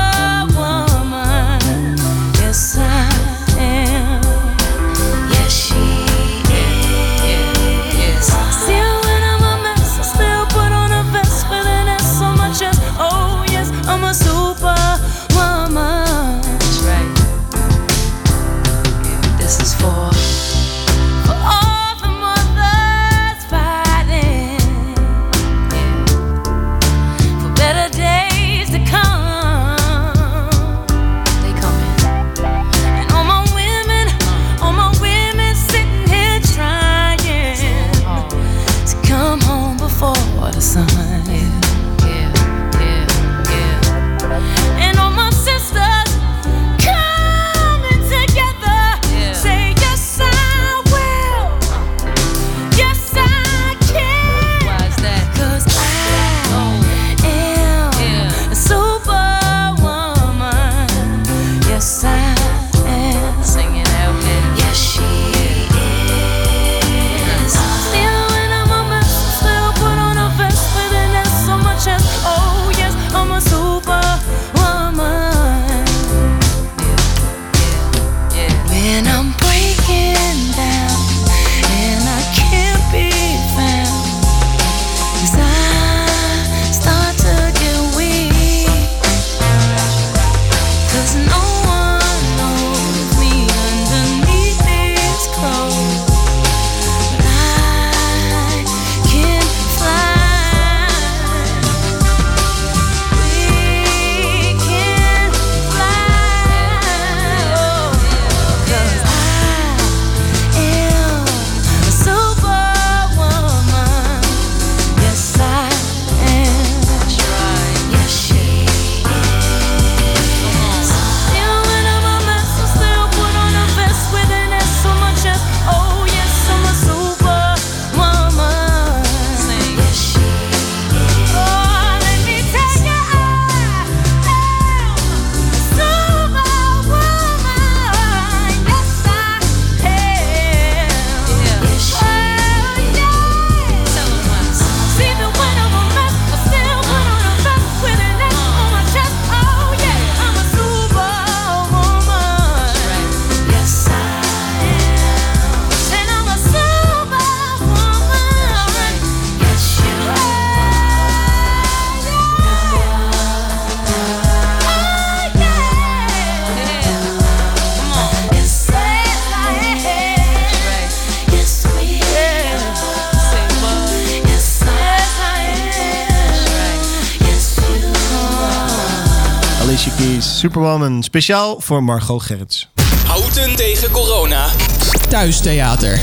Alicia Keys, Superwoman. Speciaal voor Margot Gerrits. Houten tegen corona. Thuistheater.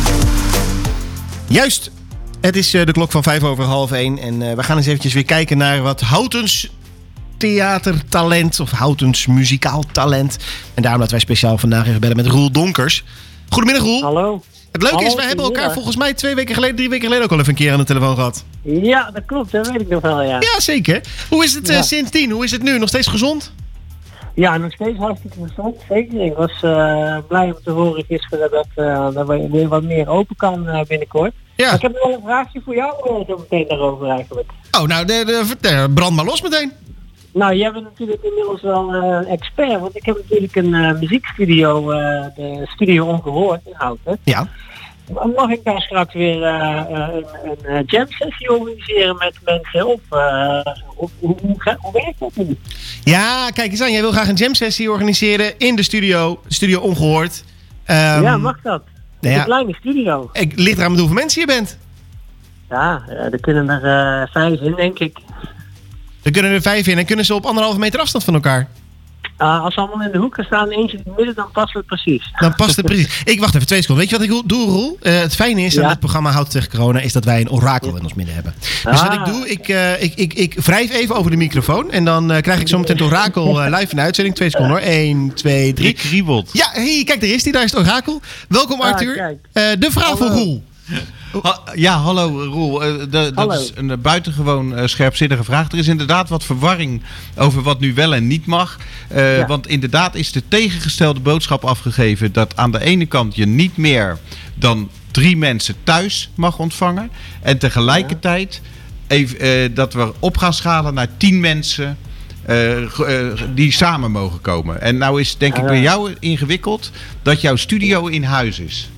Juist. Het is uh, de klok van vijf over half één. En uh, we gaan eens eventjes weer kijken naar wat Houtens theatertalent. Of Houtens muzikaal talent. En daarom dat wij speciaal vandaag even bellen met Roel Donkers. Goedemiddag, Roel. Hallo. Het leuke Hallo, is, wij hebben elkaar ja. volgens mij twee weken geleden, drie weken geleden ook al even een keer aan de telefoon gehad. Ja, dat klopt. Dat weet ik nog wel, ja. Ja, zeker. Hoe is het uh, Ja. sindsdien? Hoe is het nu? Nog steeds gezond? Ja, nog steeds hartstikke gezond. Zeker. Ik was uh, blij om te horen gisteren dat, uh, dat we weer wat meer open kan uh, binnenkort. Ja. Maar ik heb nog wel een vraagje voor jou uh, zo meteen daarover eigenlijk. Oh, nou, de, de, de, brand maar los meteen. Nou, jij bent natuurlijk inmiddels wel uh, een expert, want ik heb natuurlijk een uh, muziekstudio, uh, de Studio Ongehoord in Houten. Ja. Mag ik daar straks weer uh, een, een uh, jam sessie organiseren met mensen op? Uh, hoe, hoe, hoe, hoe werkt dat nu? Ja, kijk eens aan. Jij wil graag een jam sessie organiseren in de studio. Studio Ongehoord. Um, ja, mag dat? Nou ja, een kleine studio. Ik ligt eraan met hoeveel mensen je bent. Ja, uh, er kunnen er uh, vijf in, denk ik. Er kunnen er vijf in en kunnen ze op anderhalve meter afstand van elkaar. Uh, als ze allemaal in de hoeken staan, eentje in het midden, dan past het precies. Dan past het precies. Ik wacht even twee seconden. Weet je wat ik doe, Roel? Uh, het fijne is aan Ja. het programma Houten tegen corona is dat wij een orakel in ons midden hebben. Dus Ah. wat ik doe, ik, uh, ik, ik, ik wrijf even over de microfoon. En dan uh, krijg ik zo meteen het orakel uh, live in de uitzending. Twee seconden hoor. Eén, twee, drie. Ik kriebelt. Ja, hey, kijk, daar is hij. Daar is het orakel. Welkom Ah, Arthur. kijk. Uh, de vraag voor Roel. Ha- ja, hallo Roel. Eh, de- dat Hallo. is een eh, buitengewoon eh, scherpzinnige vraag. Er is inderdaad wat verwarring over wat nu wel en niet mag. Eh, Ja. Want inderdaad is de tegengestelde boodschap afgegeven dat aan de ene kant je niet meer dan drie mensen thuis mag ontvangen. En tegelijkertijd even, eh, dat we op gaan schalen naar tien mensen eh, ge- eh, die samen mogen komen. En nou is denk ik Ah. bij jou ingewikkeld dat jouw studio in huis is.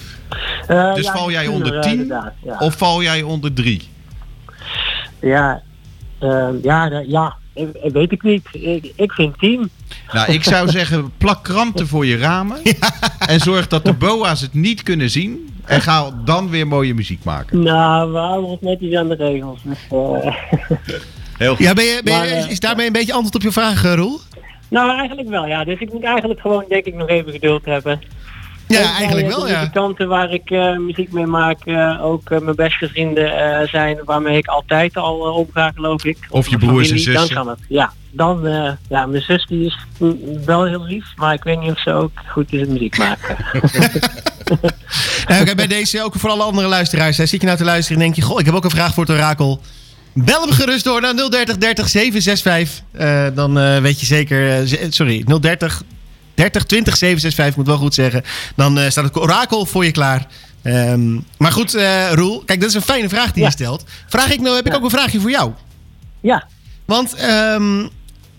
Uh, Dus ja, val jij die onder kunnen we tien inderdaad, ja. of val jij onder drie? Ja, uh, ja, da- ja, ik, ik weet ik niet. Ik, ik vind tien. Nou, ik zou zeggen, plak kranten voor je ramen. En zorg dat de boa's het niet kunnen zien. En ga dan weer mooie muziek maken. Nou, we houden ons netjes aan de regels. Dus, uh, Heel goed. Ja, ben je, ben je, Maar, uh, is daarmee een beetje antwoord op je vraag, uh, Roel? nou, eigenlijk wel, ja. Dus ik moet eigenlijk gewoon, denk ik, nog even geduld hebben. Ja, En, eigenlijk uh, wel, de ja. muzikanten waar ik uh, muziek mee maak, uh, ook uh, mijn beste vrienden uh, zijn, waarmee ik altijd al uh, omga, geloof ik. Of je mijn broers en familie, zussen. Dan kan het, ja. Dan, uh, ja, mijn zus die is mm, wel heel lief, maar ik weet niet of ze ook goed is in muziek maken. Nou, oké, bij deze, ook voor alle andere luisteraars. Hè, zit je nou te luisteren en denk je, goh, ik heb ook een vraag voor het orakel. Bel hem gerust door naar nul dertig dertig zevenhonderdzesenzestig vijf. Uh, dan uh, weet je zeker, uh, z- sorry, nul dertig dertig twintig zevenhonderdzesenzestig, ik moet wel goed zeggen. Dan uh, staat het orakel voor je klaar. Um, maar goed, uh, Roel, kijk, dat is een fijne vraag die Ja. je stelt. Vraag ik nou, heb ik Ja. ook een vraagje voor jou. Ja. Want, um,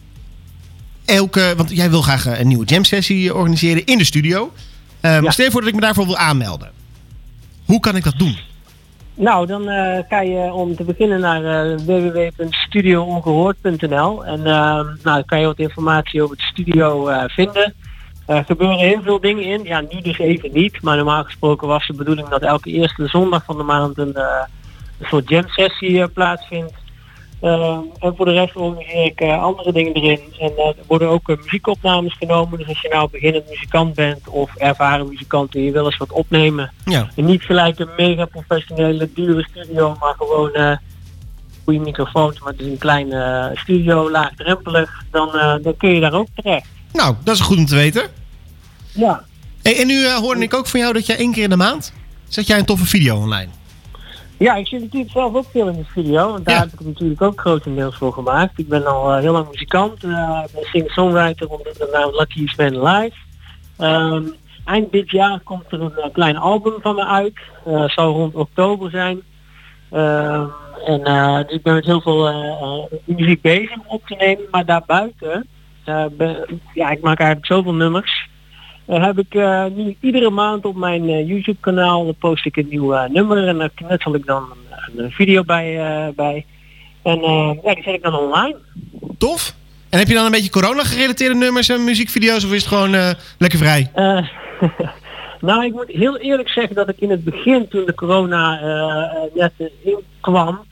elke, want jij wil graag een nieuwe jam sessie organiseren in de studio. Um, Ja. Stel je voor dat ik me daarvoor wil aanmelden. Hoe kan ik dat doen? Nou, dan uh, kan je om te beginnen naar uh, w w w punt studio ongehoord punt n l en uh, nou, dan kan je wat informatie over de studio uh, vinden. Er gebeuren heel veel dingen in. Ja, nu dus even niet, maar normaal gesproken was de bedoeling dat elke eerste zondag van de maand een, uh, een soort jam sessie uh, plaatsvindt. Uh, en voor de rest organiseer ik uh, andere dingen erin. En uh, er worden ook uh, muziekopnames genomen. Dus als je nou beginnend muzikant bent of ervaren muzikant en je wil eens wat opnemen. Ja. En niet gelijk een mega professionele dure studio, maar gewoon uh, goede microfoons. Maar het is een kleine uh, studio, laagdrempelig. Dan, uh, dan kun je daar ook terecht. Nou, dat is goed om te weten. Ja. Hey, en nu uh, hoorde ik ook van jou dat jij één keer in de maand zet jij een toffe video online. Ja, ik zit natuurlijk zelf ook veel in de studio, want daar Ja. heb ik het natuurlijk ook grotendeels voor gemaakt. Ik ben al uh, heel lang muzikant, uh, ik ben singer-songwriter onder de naam Lucky's Man Live. Um, eind dit jaar komt er een uh, klein album van me uit, uh, zal rond oktober zijn. Um, en uh, dus ik ben met heel veel uh, uh, muziek bezig om op te nemen, maar daarbuiten, uh, ben, ja, ik maak eigenlijk zoveel nummers. Uh, heb ik uh, nu iedere maand op mijn uh, YouTube kanaal dan post ik een nieuw uh, nummer en daar knutsel ik dan een, een video bij, uh, bij. En uh, ja, die zet ik dan online. Tof. En heb je dan een beetje corona-gerelateerde nummers en muziekvideo's of is het gewoon uh, lekker vrij? Uh, nou, ik moet heel eerlijk zeggen dat ik in het begin, toen de corona uh, net uh, inkwam,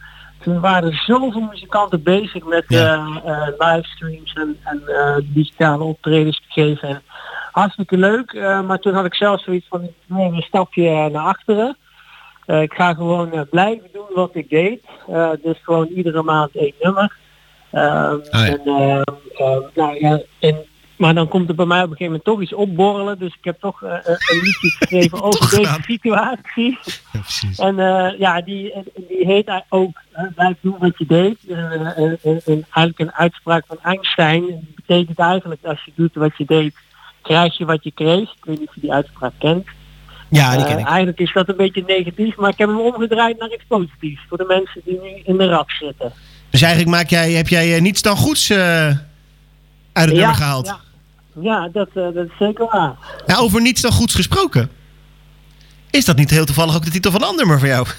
toen waren er zoveel muzikanten bezig met Ja. uh, uh, livestreams en, en uh, digitale optredens te geven. En hartstikke leuk, uh, maar toen had ik zelf zoiets van, ik neem een stapje uh, naar achteren. Uh, ik ga gewoon uh, blijven doen wat ik deed. Uh, dus gewoon iedere maand één nummer. Uh, ja. en, uh, uh, nou, ja, en, maar dan komt er bij mij op een gegeven moment toch iets opborrelen. Dus ik heb toch uh, een liedje geschreven over deze gedaan. situatie. Ja, precies. En uh, ja, die, die heet ook uh, blijf doen wat je deed. Uh, uh, uh, uh, eigenlijk een uitspraak van Einstein. Die betekent eigenlijk als je doet wat je deed, krijg je wat je kreeg. Ik weet niet of je die uitspraak kent. Ja, die ken Uh, ik. eigenlijk is dat een beetje negatief, maar ik heb hem omgedraaid naar iets positiefs. Voor de mensen die nu in de rat zitten. Dus eigenlijk maak jij, heb jij uh, niets dan goeds uh, uit het Ja, nummer gehaald. Ja, ja dat, uh, dat is zeker waar. Ja, over niets dan goeds gesproken. Is dat niet heel toevallig ook de titel van een ander nummer voor jou?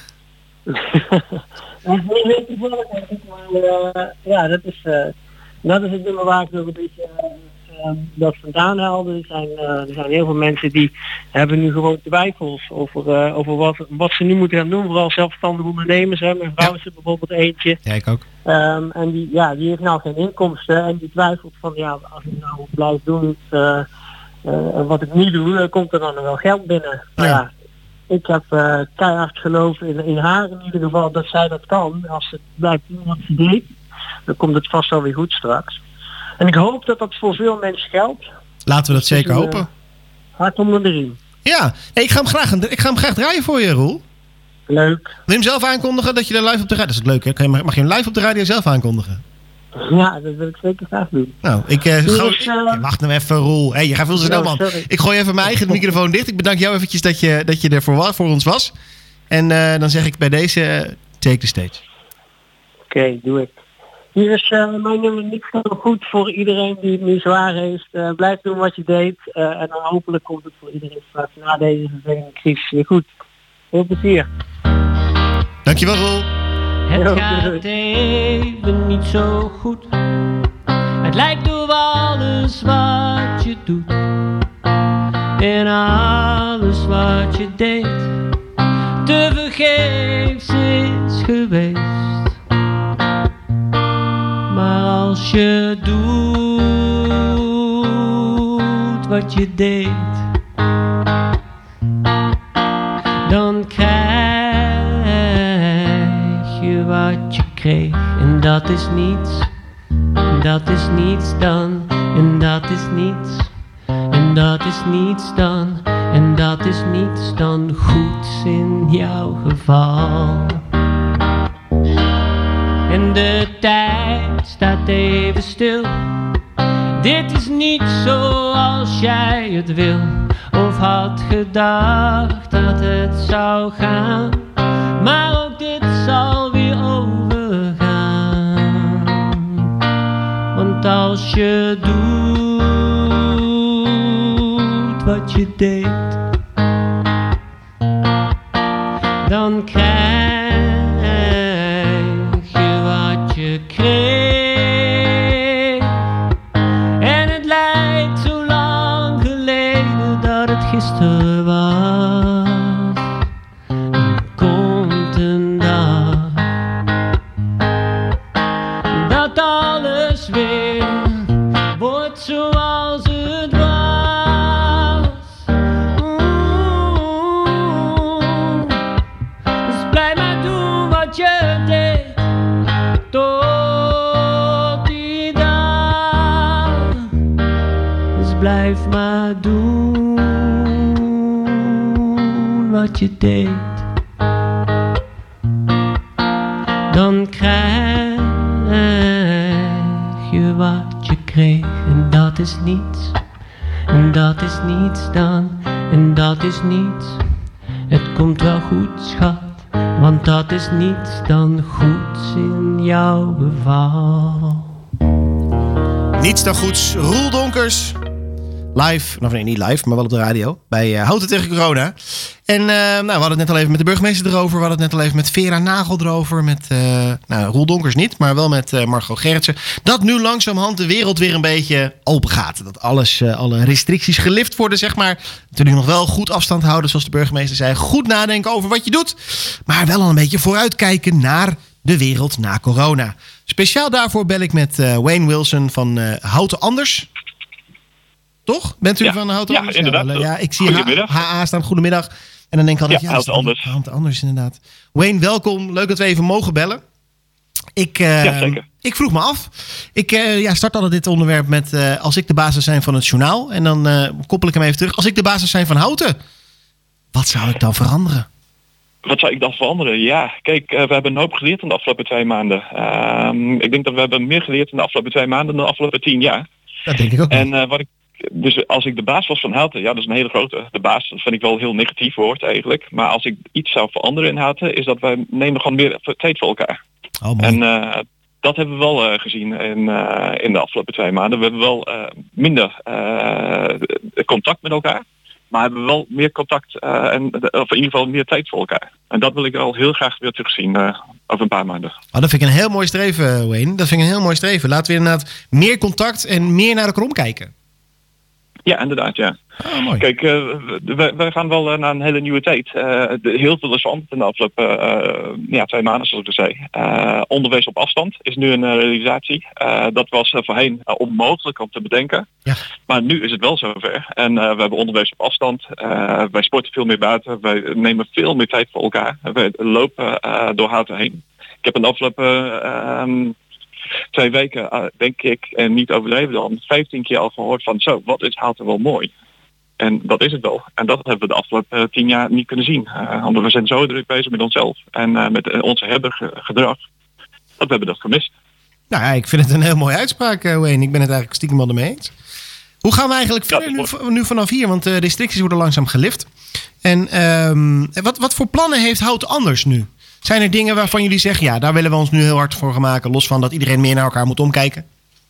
Dat is niet heel toevallig, denk ik, maar uh, ja, dat is, uh, dat is het nummer waar ik nog een beetje uh, uh, dat vandaan haalde. Er zijn, uh, er zijn heel veel mensen die hebben nu gewoon twijfels over, uh, over wat, wat ze nu moeten gaan doen. Vooral zelfstandige ondernemers. Hè. Mijn vrouw is er bijvoorbeeld eentje. Ja, ik ook. Um, en die, ja, die heeft nou geen inkomsten en die twijfelt van ja, als ik nou blijf doen uh, uh, wat ik nu doe, uh, komt er dan nog wel geld binnen. Ja. Ja. Ja, ik heb uh, keihard geloof in, in haar in ieder geval dat zij dat kan. Als ze blijft doen wat ze deed, dan komt het vast wel weer goed straks. En ik hoop dat dat voor veel mensen geldt. Laten we dat zeker Dus, uh, hopen. Hart onder de riem. Ja, hey, ik, ga hem graag, ik ga hem graag draaien voor je, Roel. Leuk. Wil je hem zelf aankondigen dat je er live op de radio... Dat is ook leuk, hè? Kan je- Mag je hem live op de radio zelf aankondigen? Ja, dat wil ik zeker graag doen. Nou, ik... Uh, Dus, gauw- uh, Ja, wacht nou even, Roel. Hey, je gaat veel te snel, Oh, man. sorry. Ik gooi even mijn eigen microfoon dicht. Ik bedank jou eventjes dat je, dat je er voor, wa- voor ons was. En uh, dan zeg ik bij deze... Uh, take the stage. Oké, okay, doe ik. Hier is uh, mijn nummer niet zo goed voor iedereen die het nu zwaar heeft. Uh, blijf doen wat je deed. Uh, en dan hopelijk komt het voor iedereen straks na deze vervelende crisis weer goed. Veel plezier. Dankjewel, Roel. Het gaat even niet zo goed. Het lijkt op alles wat je doet. En alles wat je deed te vergeefs is geweest. Maar als je doet wat je deed, dan krijg je wat je kreeg. En dat is niets, en dat is niets dan, en dat is niets, en dat is niets dan, en dat is niets dan goeds in jouw geval. En de tijd staat even stil. Dit is niet zoals jij het wil, of had gedacht dat het zou gaan. Maar ook dit zal weer overgaan. Want als je doet wat je deed, dan krijg je wat je kreeg. En het lijkt zo lang geleden dat het gisteren was. Er komt een dag dat alles weer wordt zoals het was. Oeh. Dus blijf maar doen wat je deed tot die dag. Dus blijf maar doen wat je deed. Dan krijg je wat je kreeg. En dat is niets. En dat is niets dan. En dat is niets. Het komt wel goed, schat. Want dat is niets dan goeds in jouw geval. Niets dan goeds. Roel Donkers. Live, of nee, niet live, maar wel op de radio. Bij uh, Houten tegen Corona. En uh, nou, we hadden het net al even met de burgemeester erover. We hadden het net al even met Vera Nagel erover. Met uh, nou, Roel Donkers niet, maar wel met uh, Margot Gerritsen. Dat nu langzamerhand de wereld weer een beetje open gaat. Dat alles, uh, alle restricties gelift worden, zeg maar. Natuurlijk nog wel goed afstand houden, zoals de burgemeester zei. Goed nadenken over wat je doet. Maar wel al een beetje vooruitkijken naar de wereld na corona. Speciaal daarvoor bel ik met uh, Wayne Wilson van uh, Houten Anders. Toch? Bent u ja. van Houten ja, Anders? Inderdaad. Ja, ja, ik zie H A staan. Goedemiddag. En dan denk ik altijd, ja, ja Houten Anders. Houten Anders inderdaad. Wayne, welkom. Leuk dat we even mogen bellen. Ik, uh, ja, zeker. Ik vroeg me af. Ik uh, ja, start altijd dit onderwerp met uh, als ik de basis zijn van het journaal. En dan uh, koppel ik hem even terug. Als ik de basis zijn van Houten, wat zou ik dan veranderen? Wat zou ik dan veranderen? Ja, kijk, uh, we hebben een hoop geleerd in de afgelopen twee maanden. Uh, ik denk dat we hebben meer geleerd in de afgelopen twee maanden dan de afgelopen tien jaar. Dat denk ik ook. En uh, wat ik, dus als ik de baas was van Houten, ja, dat is een hele grote. De baas, dat vind ik wel een heel negatief woord eigenlijk. Maar als ik iets zou veranderen in Houten, is dat wij nemen gewoon meer tijd voor elkaar. Oh, mooi. En uh, dat hebben we wel uh, gezien in, uh, in de afgelopen twee maanden. We hebben wel uh, minder uh, contact met elkaar. Maar hebben we wel meer contact uh, en of in ieder geval meer tijd voor elkaar. En dat wil ik wel heel graag weer terugzien uh, over een paar maanden. Oh, dat vind ik een heel mooi streven, Wayne. Dat vind ik een heel mooi streven. Laten we inderdaad meer contact en meer naar elkaar omkijken. Ja, inderdaad, ja. Oh, mooi. Kijk, uh, wij, wij gaan wel uh, naar een hele nieuwe tijd. Uh, de, heel veel is veranderd in de afgelopen uh, ja, twee maanden, zoals ik zei. Uh, onderwijs op afstand is nu een uh, realisatie. Uh, dat was uh, voorheen uh, onmogelijk om te bedenken. Ja. Maar nu is het wel zover. En uh, we hebben onderwijs op afstand. Uh, wij sporten veel meer buiten. Wij nemen veel meer tijd voor elkaar. Wij lopen uh, door Houten heen. Ik heb in de afgelopen uh, um, twee weken, uh, denk ik, en niet overdreven dan, vijftien keer al gehoord van zo, wat is Houten wel mooi. En dat is het wel. En dat hebben we de afgelopen uh, tien jaar niet kunnen zien. Uh, omdat we zijn zo druk bezig met onszelf en uh, met uh, onze hebbergedrag. Dat we hebben dat gemist. Nou ja, ik vind het een heel mooie uitspraak, uh, Wayne. Ik ben het eigenlijk stiekem wel ermee eens. Hoe gaan we eigenlijk verder nu, nu vanaf hier? Want de restricties worden langzaam gelift. En um, wat, wat voor plannen heeft Houten Anders nu? Zijn er dingen waarvan jullie zeggen, ja, daar willen we ons nu heel hard voor gaan maken, los van dat iedereen meer naar elkaar moet omkijken?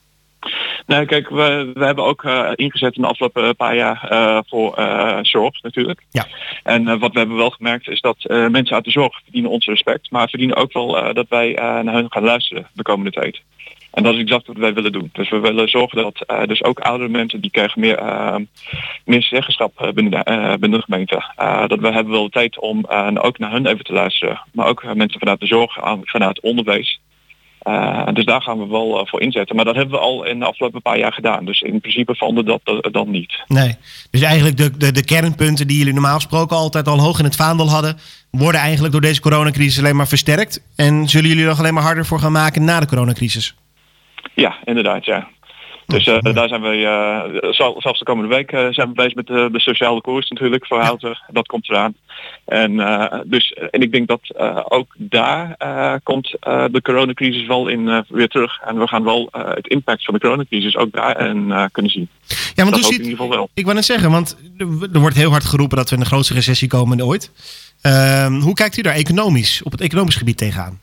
Nee, kijk, we, we hebben ook uh, ingezet in de afgelopen paar jaar uh, voor uh, zorg natuurlijk. Ja. En uh, wat we hebben wel gemerkt is dat uh, mensen uit de zorg verdienen ons respect, maar verdienen ook wel uh, dat wij uh, naar hen gaan luisteren de komende tijd. En dat is exact wat wij willen doen. Dus we willen zorgen dat uh, dus ook oudere mensen die krijgen meer, uh, meer zeggenschap binnen de, uh, binnen de gemeente. Uh, dat we hebben wel tijd om uh, ook naar hun even te luisteren. Maar ook uh, mensen vanuit de zorg, vanuit het onderwijs. Uh, dus daar gaan we wel uh, voor inzetten. Maar dat hebben we al in de afgelopen paar jaar gedaan. Dus in principe verandert dat uh, dan niet. Nee, dus eigenlijk de, de, de kernpunten die jullie normaal gesproken altijd al hoog in het vaandel hadden, worden eigenlijk door deze coronacrisis alleen maar versterkt. En zullen jullie er nog alleen maar harder voor gaan maken na de coronacrisis? Ja, inderdaad, ja. Dus uh, daar zijn we, uh, zelfs de komende week uh, zijn we bezig met de, de sociale koers natuurlijk voor Houten. Dat komt eraan. En, uh, dus, en ik denk dat uh, ook daar uh, komt uh, de coronacrisis wel in uh, weer terug. En we gaan wel uh, het impact van de coronacrisis ook daarin uh, kunnen zien. Ja, want dat hoe ziet, in ieder geval wel. Ik wou net zeggen, want er wordt heel hard geroepen dat we in de grootste recessie komen ooit. Uh, hoe kijkt u daar economisch, op het economisch gebied tegenaan?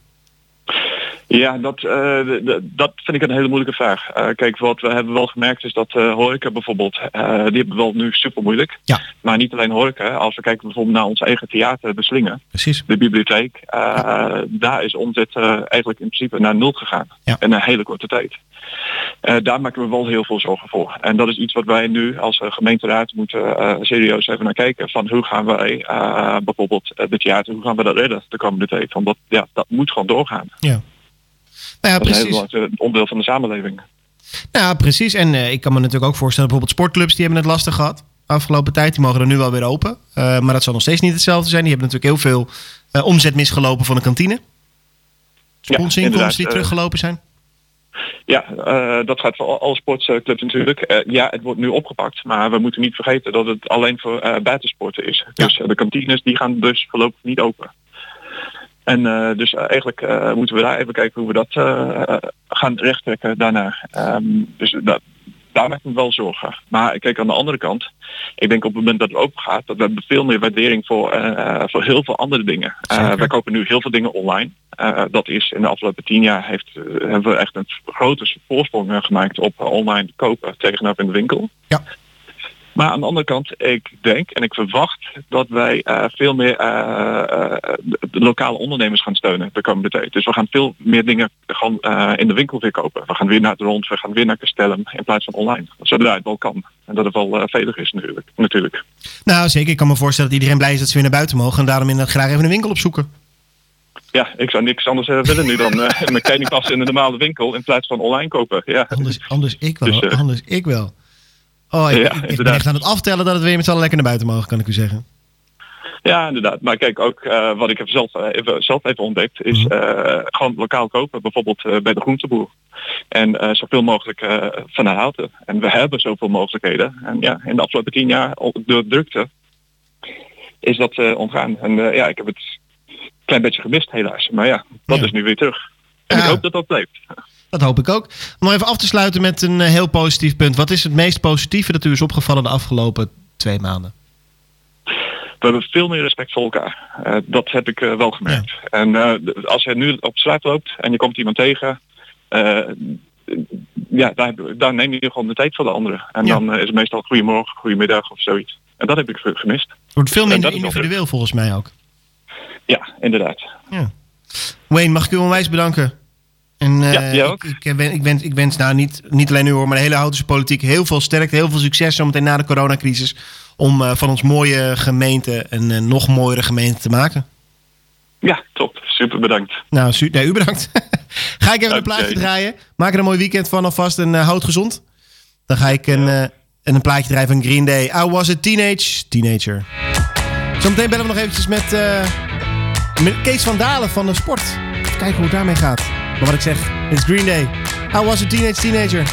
Ja, dat, uh, de, de, dat vind ik een hele moeilijke vraag. Uh, kijk, wat we hebben wel gemerkt is dat uh, horeca bijvoorbeeld, uh, die hebben wel nu super moeilijk. Ja. Maar niet alleen horeca. Als we kijken bijvoorbeeld naar ons eigen theater, de Slingen. Precies. De bibliotheek. Uh, ja. Daar is omzet uh, eigenlijk in principe naar nul gegaan. Ja. In een hele korte tijd. Uh, daar maken we wel heel veel zorgen voor. En dat is iets wat wij nu als uh, gemeenteraad moeten uh, serieus even naar kijken. Van hoe gaan wij uh, bijvoorbeeld uh, de theater, hoe gaan we dat redden de komende tijd? Want dat, ja, dat moet gewoon doorgaan. Ja. Nou ja, dat is precies. een heel onderdeel van de samenleving. Nou, precies. En uh, ik kan me natuurlijk ook voorstellen, bijvoorbeeld sportclubs, die hebben het lastig gehad afgelopen tijd. Die mogen er nu wel weer open. Uh, maar dat zal nog steeds niet hetzelfde zijn. Die hebben natuurlijk heel veel uh, omzet misgelopen van de kantine. Sponsorinkomsten ja, die teruggelopen zijn. Ja, uh, dat gaat voor alle sportclubs natuurlijk. Uh, ja, het wordt nu opgepakt. Maar we moeten niet vergeten dat het alleen voor uh, buitensporten is. Ja. Dus uh, de kantines die gaan dus voorlopig niet open. En uh, dus uh, eigenlijk uh, moeten we daar even kijken hoe we dat uh, gaan rechttrekken daarna. Um, dus dat, daar maak ik me wel zorgen. Maar kijk, aan de andere kant, ik denk op het moment dat het open gaat, dat we hebben veel meer waardering voor, uh, voor heel veel andere dingen. Uh, wij kopen nu heel veel dingen online. Uh, dat is in de afgelopen tien jaar heeft, uh, hebben we echt een grote voorsprong uh, gemaakt op uh, online kopen tegenover in de winkel. Ja. Maar aan de andere kant, ik denk en ik verwacht dat wij uh, veel meer uh, uh, de lokale ondernemers gaan steunen de komende tijd. Dus we gaan veel meer dingen gaan, uh, in de winkel weer kopen. We gaan weer naar het rond, we gaan weer naar Castellum in plaats van online. Zodra het wel kan. En dat het wel uh, veilig is natuurlijk. natuurlijk. Nou zeker, ik kan me voorstellen dat iedereen blij is dat ze weer naar buiten mogen. En daarom inderdaad graag even een winkel opzoeken. Ja, ik zou niks anders uh, willen nu dan uh, mijn kleding passen in de normale winkel in plaats van online kopen. Ja. Anders, anders ik wel. Dus, uh, anders ik wel. Oh, ik, ja, ik, ik ben echt aan het aftellen dat het weer met z'n allen lekker naar buiten mogen, kan ik u zeggen. Ja, inderdaad. Maar kijk, ook uh, wat ik heb zelf, uh, even, zelf even ontdekt, is uh, gewoon lokaal kopen. Bijvoorbeeld uh, bij de groenteboer. En uh, zoveel mogelijk uh, vanuit Houten. En we hebben zoveel mogelijkheden. En ja, in de afgelopen tien jaar, door drukte, is dat uh, ontgaan. En uh, ja, ik heb het een klein beetje gemist helaas. Maar ja, dat ja. is nu weer terug. En ja. ik hoop dat dat blijft. Dat hoop ik ook. Om nog even af te sluiten met een uh, heel positief punt. Wat is het meest positieve dat u is opgevallen de afgelopen twee maanden? We hebben veel meer respect voor elkaar. Uh, dat heb ik uh, wel gemerkt. Ja. En uh, als je nu op straat loopt en je komt iemand tegen, uh, ja, daar, daar neem je gewoon de tijd voor de anderen. En ja. dan uh, is het meestal goedemorgen, goedemiddag of zoiets. En dat heb ik gemist. Het wordt veel minder individueel volgens mij ook. Ja, inderdaad. Ja. Wayne, mag ik u onwijs bedanken? En uh, ja, jij ook. Ik, ik, wens, ik, wens, ik wens nou niet, niet alleen u hoor, maar de hele Houtense politiek heel veel sterkte, heel veel succes zometeen na de coronacrisis. Om uh, van ons mooie gemeente een uh, nog mooiere gemeente te maken. Ja, top. Super bedankt. Nou, su- nee, u bedankt. Ga ik even een plaatje draaien. Maak er een mooi weekend van alvast en uh, houd gezond. Dan ga ik een, uh, een plaatje draaien van Green Day. I was a teenage teenager. Zometeen bellen we nog eventjes met, uh, met Kees van Dalen van de Sport. Even kijken hoe het daarmee gaat. Maar wat ik zeg, het is Green Day. I was a teenage teenager.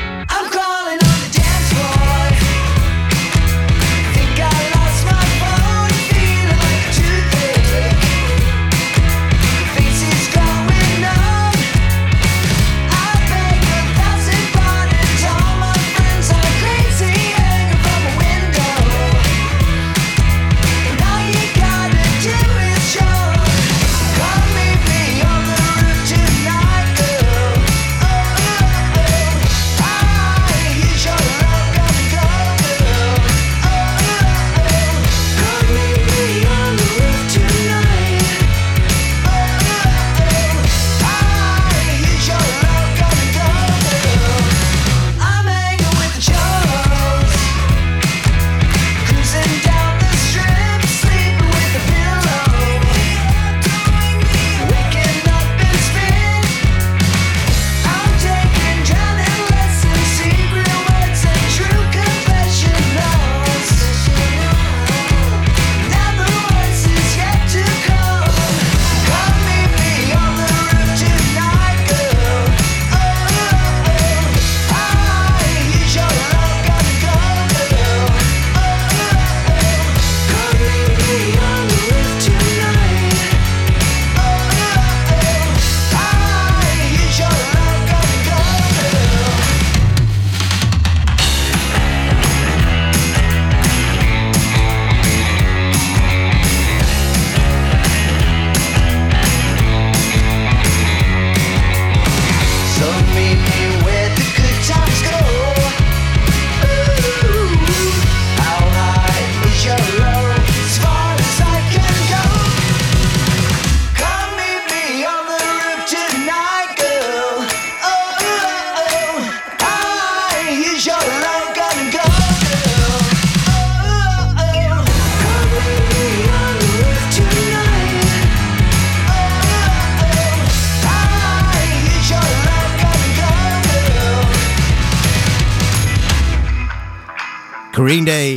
Green Day.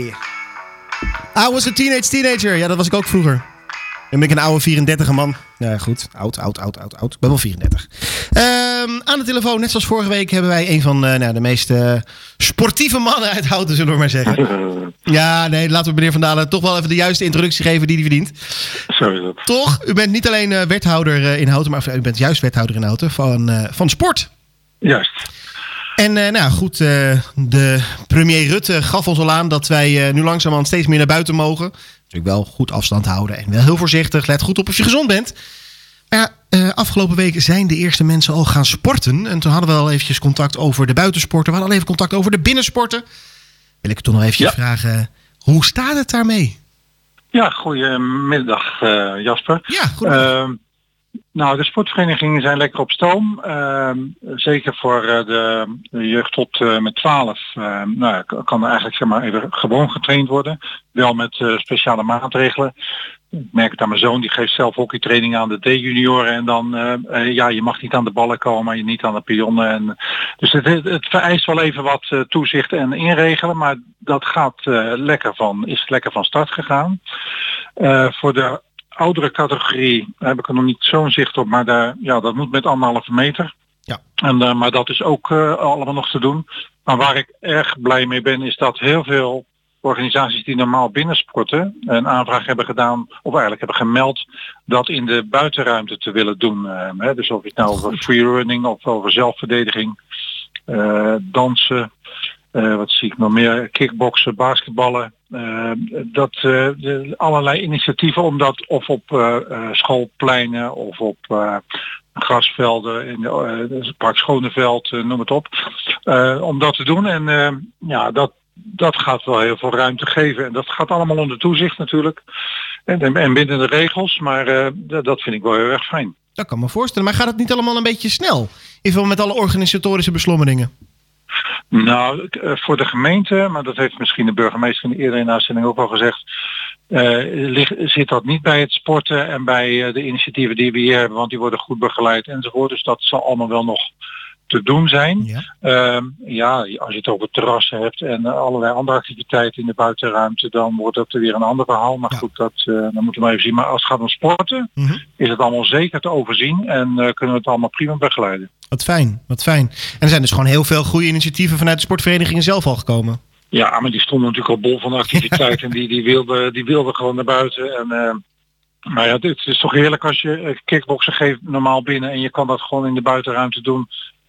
I was a teenage teenager. Ja, dat was ik ook vroeger. Dan ben ik een oude vierendertiger man. Ja, goed. Oud, oud, oud, oud, oud. Ik ben wel vierendertig. Um, aan de telefoon, net zoals vorige week, hebben wij een van uh, nou, de meest uh, sportieve mannen uit Houten, zullen we maar zeggen. Ja, nee, laten we meneer Van Dalen toch wel even de juiste introductie geven die hij verdient. Zo is het. Toch? U bent niet alleen uh, wethouder uh, in Houten, maar u bent juist wethouder in Houten van, uh, van sport. Juist. En uh, nou goed, uh, de premier Rutte gaf ons al aan dat wij uh, nu langzamerhand steeds meer naar buiten mogen. Natuurlijk wel goed afstand houden en wel heel voorzichtig. Let goed op of je gezond bent. Maar ja, uh, afgelopen week zijn de eerste mensen al gaan sporten. En toen hadden we al eventjes contact over de buitensporten. We hadden al even contact over de binnensporten. Wil ik toch nog eventjes ja. vragen, hoe staat het daarmee? Ja, goedemiddag uh, Jasper. Ja, goedemiddag. Uh, Nou, de sportverenigingen zijn lekker op stoom. Uh, zeker voor uh, de, de jeugd tot uh, met twaalf. Uh, nou, kan er eigenlijk zeg maar even gewoon getraind worden. Wel met uh, speciale maatregelen. Ik merk het aan mijn zoon, die geeft zelf hockeytraining aan de D-junioren. En dan, uh, uh, ja, je mag niet aan de ballen komen, je niet aan de pionnen. En, dus het, het, het vereist wel even wat uh, toezicht en inregelen. Maar dat gaat uh, lekker van, is lekker van start gegaan. Uh, voor de oudere categorie heb ik er nog niet zo'n zicht op, maar daar, ja, dat moet met anderhalve meter. Ja. En, uh, maar dat is ook uh, allemaal nog te doen. Maar waar ik erg blij mee ben, is dat heel veel organisaties die normaal binnensporten een aanvraag hebben gedaan, of eigenlijk hebben gemeld, dat in de buitenruimte te willen doen. Uh, hè? Dus of je het nou over freerunning of over zelfverdediging, uh, dansen, uh, wat zie ik nog meer, kickboksen, basketballen. Uh, dat uh, de, allerlei initiatieven om dat of op uh, uh, schoolpleinen of op uh, grasvelden in de, uh, het Park Schoneveld, uh, noem het op, uh, om dat te doen. En uh, ja, dat, dat gaat wel heel veel ruimte geven. En dat gaat allemaal onder toezicht natuurlijk. En, en binnen de regels, maar uh, d- dat vind ik wel heel erg fijn. Dat kan me voorstellen. Maar gaat het niet allemaal een beetje snel? In verband met alle organisatorische beslommeringen? Nou, voor de gemeente, maar dat heeft misschien de burgemeester in de eerdere uitzending ook al gezegd, uh, ligt, zit dat niet bij het sporten en bij uh, de initiatieven die we hier hebben, want die worden goed begeleid enzovoort. Dus dat zal allemaal wel nog te doen zijn. Ja, uh, ja als je het over terrassen hebt en uh, allerlei andere activiteiten in de buitenruimte, dan wordt dat weer een ander verhaal. Maar ja. goed, dat, uh, dan moeten we maar even zien. Maar als het gaat om sporten, mm-hmm. is het allemaal zeker te overzien en uh, kunnen we het allemaal prima begeleiden. Wat fijn, wat fijn. En er zijn dus gewoon heel veel goede initiatieven vanuit de sportverenigingen zelf al gekomen. Ja, maar die stonden natuurlijk al bol van activiteit en die, die wilden die wilde gewoon naar buiten. En, uh, maar ja, het is toch heerlijk als je kickboksen geeft normaal binnen en je kan dat gewoon in de buitenruimte doen.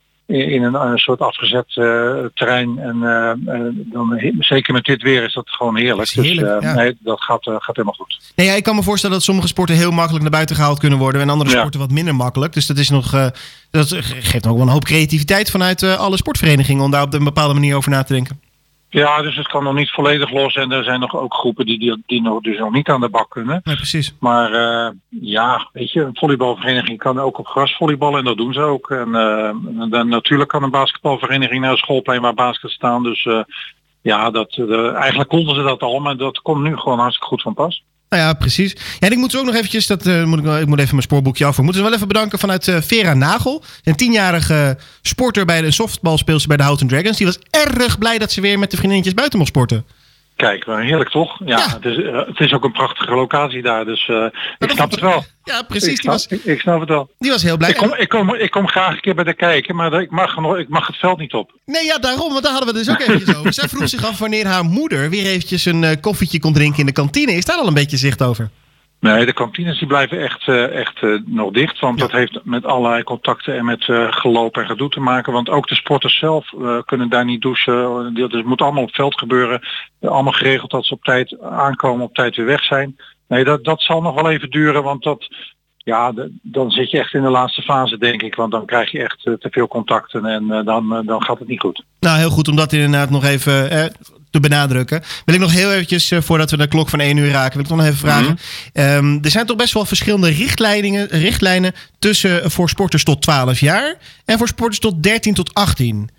In een, een soort afgezet uh, terrein. En uh, uh, dan, zeker met dit weer is dat gewoon heerlijk. Dat heerlijk, dus uh, ja. nee, dat gaat, uh, gaat helemaal goed. Nee, ja, ik kan me voorstellen dat sommige sporten heel makkelijk naar buiten gehaald kunnen worden. En andere sporten ja. wat minder makkelijk. Dus dat is nog. Uh, dat geeft ook wel een hoop creativiteit vanuit uh, alle sportverenigingen om daar op een bepaalde manier over na te denken. Ja, dus het kan nog niet volledig los en er zijn nog ook groepen die, die, die nog, dus nog niet aan de bak kunnen. Ja, precies. Maar uh, ja, weet je, een volleybalvereniging kan ook op gras volleyballen en dat doen ze ook. En uh, dan, natuurlijk kan een basketbalvereniging naar een schoolplein waar basket staan. Dus uh, ja, dat, uh, eigenlijk konden ze dat al, maar dat komt nu gewoon hartstikke goed van pas. Nou ja, precies. Ja, en ik moet ook nog eventjes, dat uh, moet ik, ik moet even mijn spoorboekje af. We moeten ze wel even bedanken vanuit uh, Vera Nagel. Een tienjarige sporter bij de softballspeelster bij de Houten Dragons. Die was erg blij dat ze weer met de vriendinnetjes buiten mocht sporten. Kijk, heerlijk toch? Ja, ja. Het, is, uh, het is ook een prachtige locatie daar, dus uh, ik snap het wel. Ja, precies. Ik snap, die was, ik, ik snap het wel. Die was heel blij. Ik kom, ik kom, ik kom graag een keer bij de kijken, maar ik mag, nog, ik mag het veld niet op. Nee, ja, daarom, want daar hadden we dus ook eventjes over. Zij vroeg zich af wanneer haar moeder weer eventjes een uh, koffietje kon drinken in de kantine. Is daar al een beetje zicht over? Nee, de kantines die blijven echt, uh, echt uh, nog dicht. Want ja. dat heeft met allerlei contacten en met uh, gelopen en gedoe te maken. Want ook de sporters zelf uh, kunnen daar niet douchen. Dus het moet allemaal op veld gebeuren. Uh, allemaal geregeld dat ze op tijd aankomen, op tijd weer weg zijn. Nee, dat, dat zal nog wel even duren. Want dat, ja, de, dan zit je echt in de laatste fase, denk ik. Want dan krijg je echt uh, te veel contacten en uh, dan, uh, dan gaat het niet goed. Nou, heel goed om dat inderdaad nog even eh, te benadrukken. Wil ik nog heel eventjes, uh, voordat we de klok van één uur raken, wil ik nog even vragen. Mm-hmm. Um, er zijn toch best wel verschillende richtlijnen, richtlijnen tussen uh, voor sporters tot twaalf jaar en voor sporters tot dertien tot achttien. Um,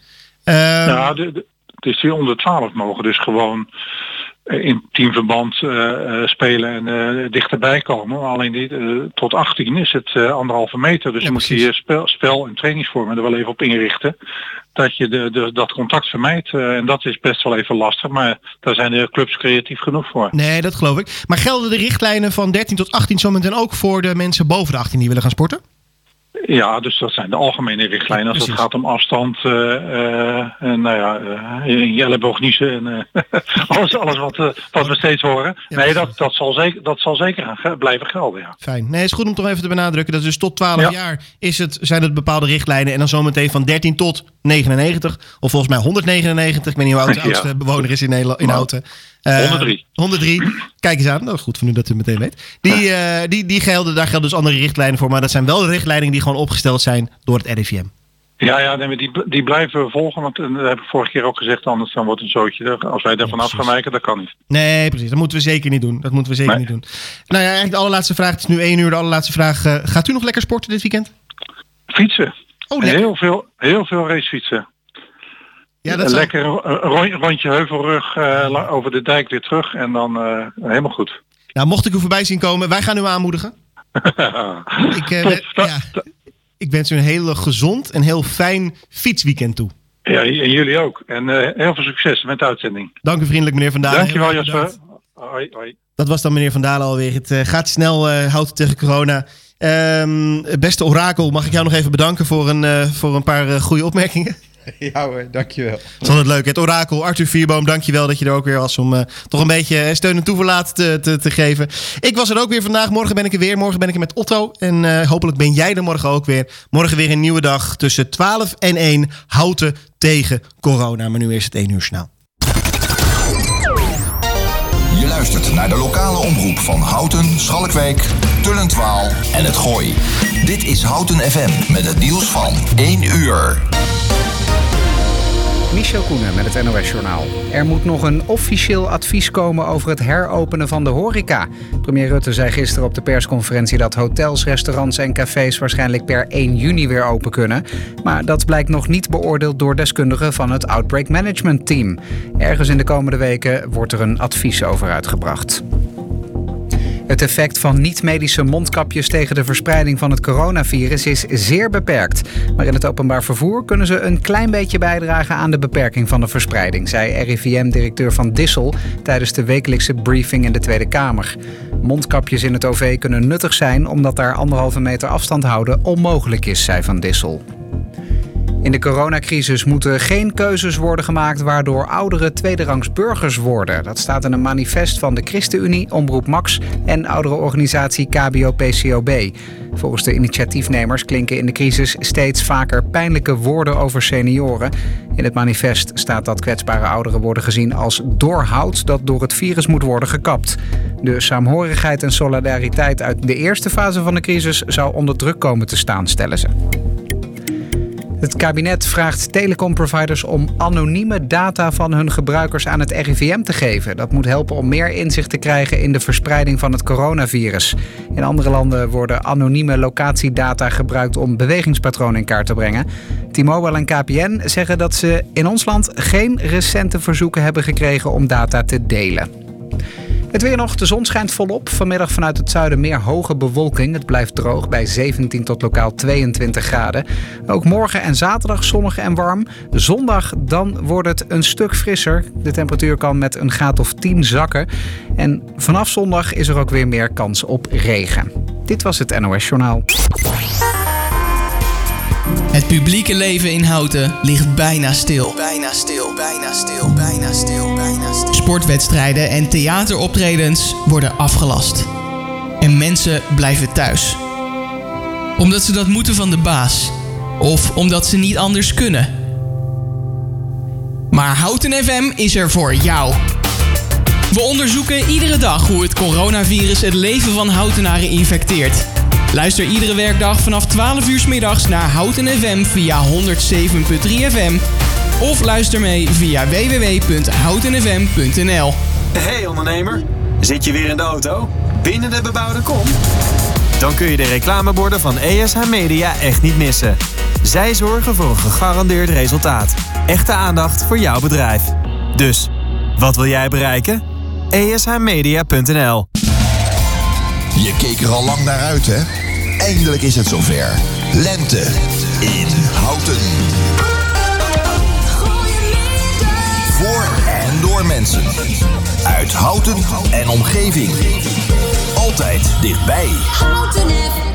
ja, de, de, dus die onder twaalf mogen dus gewoon in teamverband uh, uh, spelen en uh, dichterbij komen. Alleen die, uh, tot achttien is het uh, anderhalve meter. Dus ja, je moet je spel, spel en trainingsvormen er wel even op inrichten. Dat je de, de, dat contact vermijdt. Uh, en dat is best wel even lastig. Maar daar zijn de clubs creatief genoeg voor. Nee, dat geloof ik. Maar gelden de richtlijnen van dertien tot achttien zometeen ook voor de mensen boven de achttien die willen gaan sporten? Ja, dus dat zijn de algemene richtlijnen. Als het gaat om afstand, uh, uh, en nou ja, uh, in je elleboog niezen en uh, alles, alles wat, uh, wat we steeds horen. Ja, nee, dat, dat, zal zeker, dat zal zeker gaan blijven gelden, ja. Fijn. Nee, het is goed om toch even te benadrukken. Dat dus tot twaalf ja. jaar is het, zijn het bepaalde richtlijnen. En dan zometeen van dertien tot negenennegentig. Of volgens mij honderdnegenennegentig. Ik weet niet hoe oud de oudste ja. bewoner is in, Nederland, in Houten. Uh, honderddrie. honderdrie. Kijk eens aan. Nou, goed voor nu dat u het meteen weet. Die, uh, die, die gelden, daar gelden dus andere richtlijnen voor. Maar dat zijn wel de richtlijnen die gewoon opgesteld zijn door het R I V M. Ja, ja nee, maar die, die blijven we volgen, want uh, dat heb ik vorige keer ook gezegd, anders dan wordt een zootje. Als wij daarvan ja, af gaan wijken, dat kan niet. Nee, precies. Dat moeten we zeker niet doen. Dat moeten we zeker nee. niet doen. Nou ja, eigenlijk de allerlaatste vraag. Het is nu één uur, de allerlaatste vraag. Uh, gaat u nog lekker sporten dit weekend? Fietsen. Oh, heel veel, heel veel racefietsen. Ja, dat lekker een rondje Heuvelrug uh, over de dijk weer terug en dan uh, helemaal goed. Nou, mocht ik u voorbij zien komen, wij gaan u aanmoedigen. ik, uh, we, ja, ik wens u een heel gezond en heel fijn fietsweekend toe. Ja, en jullie ook. En uh, heel veel succes met de uitzending. Dank u vriendelijk, meneer Van Dalen. Dankjewel, Jasper. Hoi, hoi. Dat was dan meneer Van Dalen alweer. Het uh, gaat snel, uh, houdt tegen corona. Um, beste Orakel, mag ik jou nog even bedanken voor een, uh, voor een paar uh, goede opmerkingen? Ja hoor, dankjewel. Dat is altijd leuk. Het Orakel, Arthur Vierboom, dankjewel dat je er ook weer was om uh, toch een beetje steun en toeverlaat te, te, te geven. Ik was er ook weer vandaag. Morgen ben ik er weer. Morgen ben ik er met Otto. En uh, hopelijk ben jij er morgen ook weer. Morgen weer een nieuwe dag tussen twaalf en één. Houten tegen corona. Maar nu is het één uur snel. Je luistert naar de lokale omroep van Houten, Schalkwijk, Tullentwaal en het Gooi. Dit is Houten F M met het nieuws van één uur. Michel Koenen met het N O S-journaal. Er moet nog een officieel advies komen over het heropenen van de horeca. Premier Rutte zei gisteren op de persconferentie dat hotels, restaurants en cafés waarschijnlijk per één juni weer open kunnen. Maar dat blijkt nog niet beoordeeld door deskundigen van het Outbreak Management Team. Ergens in de komende weken wordt er een advies over uitgebracht. Het effect van niet-medische mondkapjes tegen de verspreiding van het coronavirus is zeer beperkt. Maar in het openbaar vervoer kunnen ze een klein beetje bijdragen aan de beperking van de verspreiding, zei R I V M-directeur Van Dissel tijdens de wekelijkse briefing in de Tweede Kamer. Mondkapjes in het O V kunnen nuttig zijn omdat daar anderhalve meter afstand houden onmogelijk is, zei Van Dissel. In de coronacrisis moeten geen keuzes worden gemaakt waardoor ouderen tweederangs burgers worden. Dat staat in een manifest van de ChristenUnie, Omroep Max en ouderenorganisatie K B O P C O B. Volgens de initiatiefnemers klinken in de crisis steeds vaker pijnlijke woorden over senioren. In het manifest staat dat kwetsbare ouderen worden gezien als doorhout dat door het virus moet worden gekapt. De saamhorigheid en solidariteit uit de eerste fase van de crisis zou onder druk komen te staan, stellen ze. Het kabinet vraagt telecomproviders om anonieme data van hun gebruikers aan het R I V M te geven. Dat moet helpen om meer inzicht te krijgen in de verspreiding van het coronavirus. In andere landen worden anonieme locatiedata gebruikt om bewegingspatronen in kaart te brengen. T-Mobile en K P N zeggen dat ze in ons land geen recente verzoeken hebben gekregen om data te delen. Het weer nog, de zon schijnt volop. Vanmiddag vanuit het zuiden meer hoge bewolking. Het blijft droog bij zeventien tot lokaal tweeëntwintig graden. Ook morgen en zaterdag zonnig en warm. Zondag dan wordt het een stuk frisser. De temperatuur kan met een graad of tien zakken. En vanaf zondag is er ook weer meer kans op regen. Dit was het N O S-journaal. Het publieke leven in Houten ligt bijna stil. Bijna stil, bijna stil, bijna stil, bijna stil. Sportwedstrijden en theateroptredens worden afgelast. En mensen blijven thuis. Omdat ze dat moeten van de baas. Of omdat ze niet anders kunnen. Maar Houten F M is er voor jou. We onderzoeken iedere dag hoe het coronavirus het leven van Houtenaren infecteert. Luister iedere werkdag vanaf twaalf uur 's middags naar Houten F M via honderdzeven punt drie F M. Of luister mee via w w w punt houten f m punt n l. Hey ondernemer, zit je weer in de auto? Binnen de bebouwde kom? Dan kun je de reclameborden van E S H Media echt niet missen. Zij zorgen voor een gegarandeerd resultaat. Echte aandacht voor jouw bedrijf. Dus, wat wil jij bereiken? e s h media punt n l. Je keek er al lang naar uit, hè? Eindelijk is het zover. Lente in Houten. Voor en door mensen. Uit Houten en omgeving. Altijd dichtbij. Houten F M.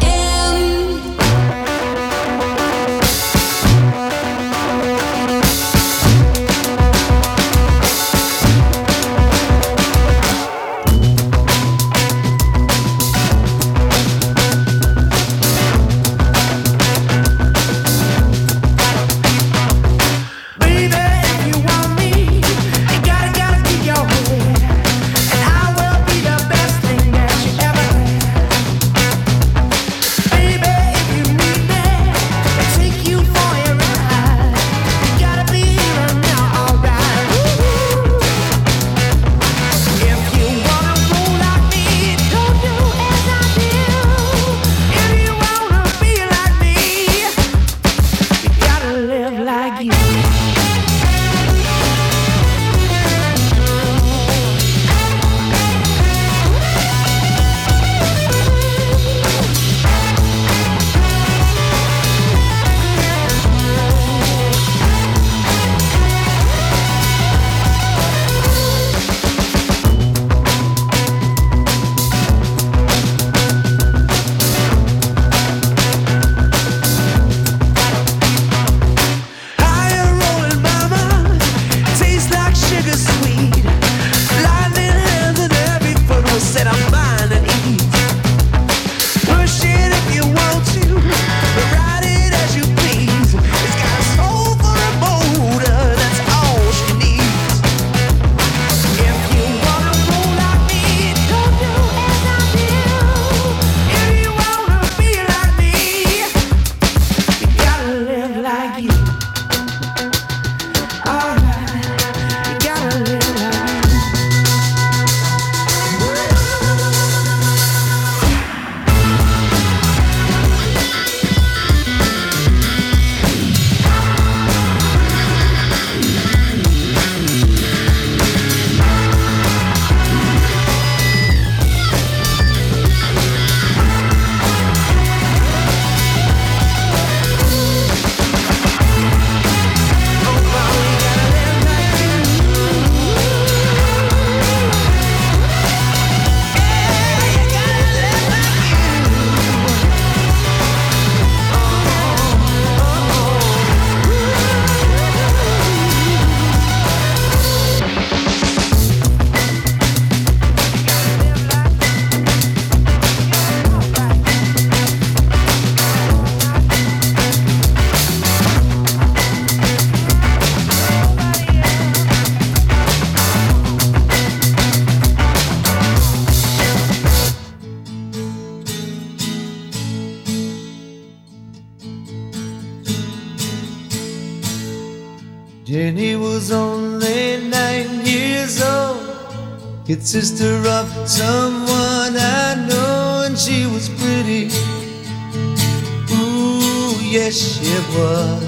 Jenny was only nine years old, kid sister of someone I know, and she was pretty. Ooh, yes she was.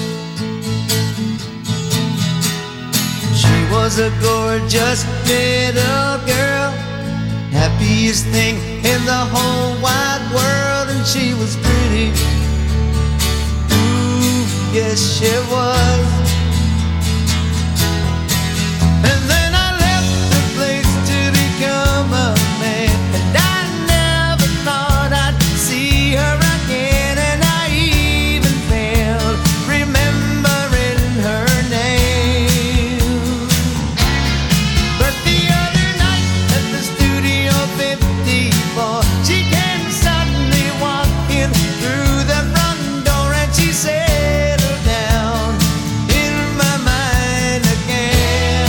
She was a gorgeous little girl, happiest thing in the whole wide world, and she was pretty. Ooh, yes she was. And then I left the place to become a man, and I never thought I'd see her again, and I even failed remembering her name. But the other night at the Studio fifty-four, she came suddenly walking through the front door, and she settled down in my mind again.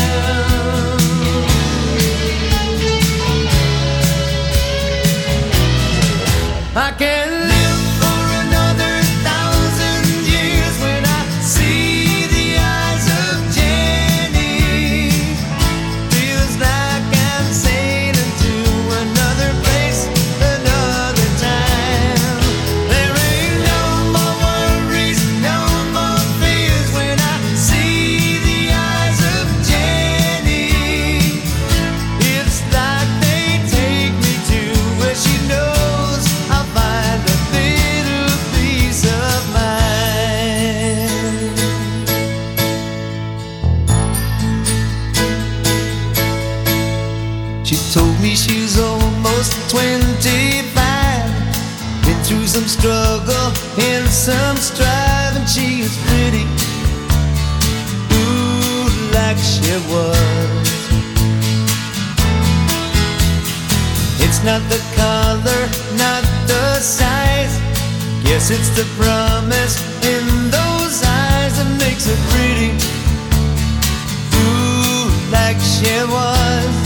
I can't live for another thousand years when I see the eyes of Jenny. Feels like I'm sailing to another place, another time. There ain't no more worries, no more fears when I see the eyes of Jenny. It's like they take me to where she knows I'll find a little piece of mind. She told me she's almost twenty-five, been through some struggle and some strife, and she is pretty, ooh, like she was. It's not the color, not the size, guess it's the promise in those eyes that makes her pretty, ooh, like she was.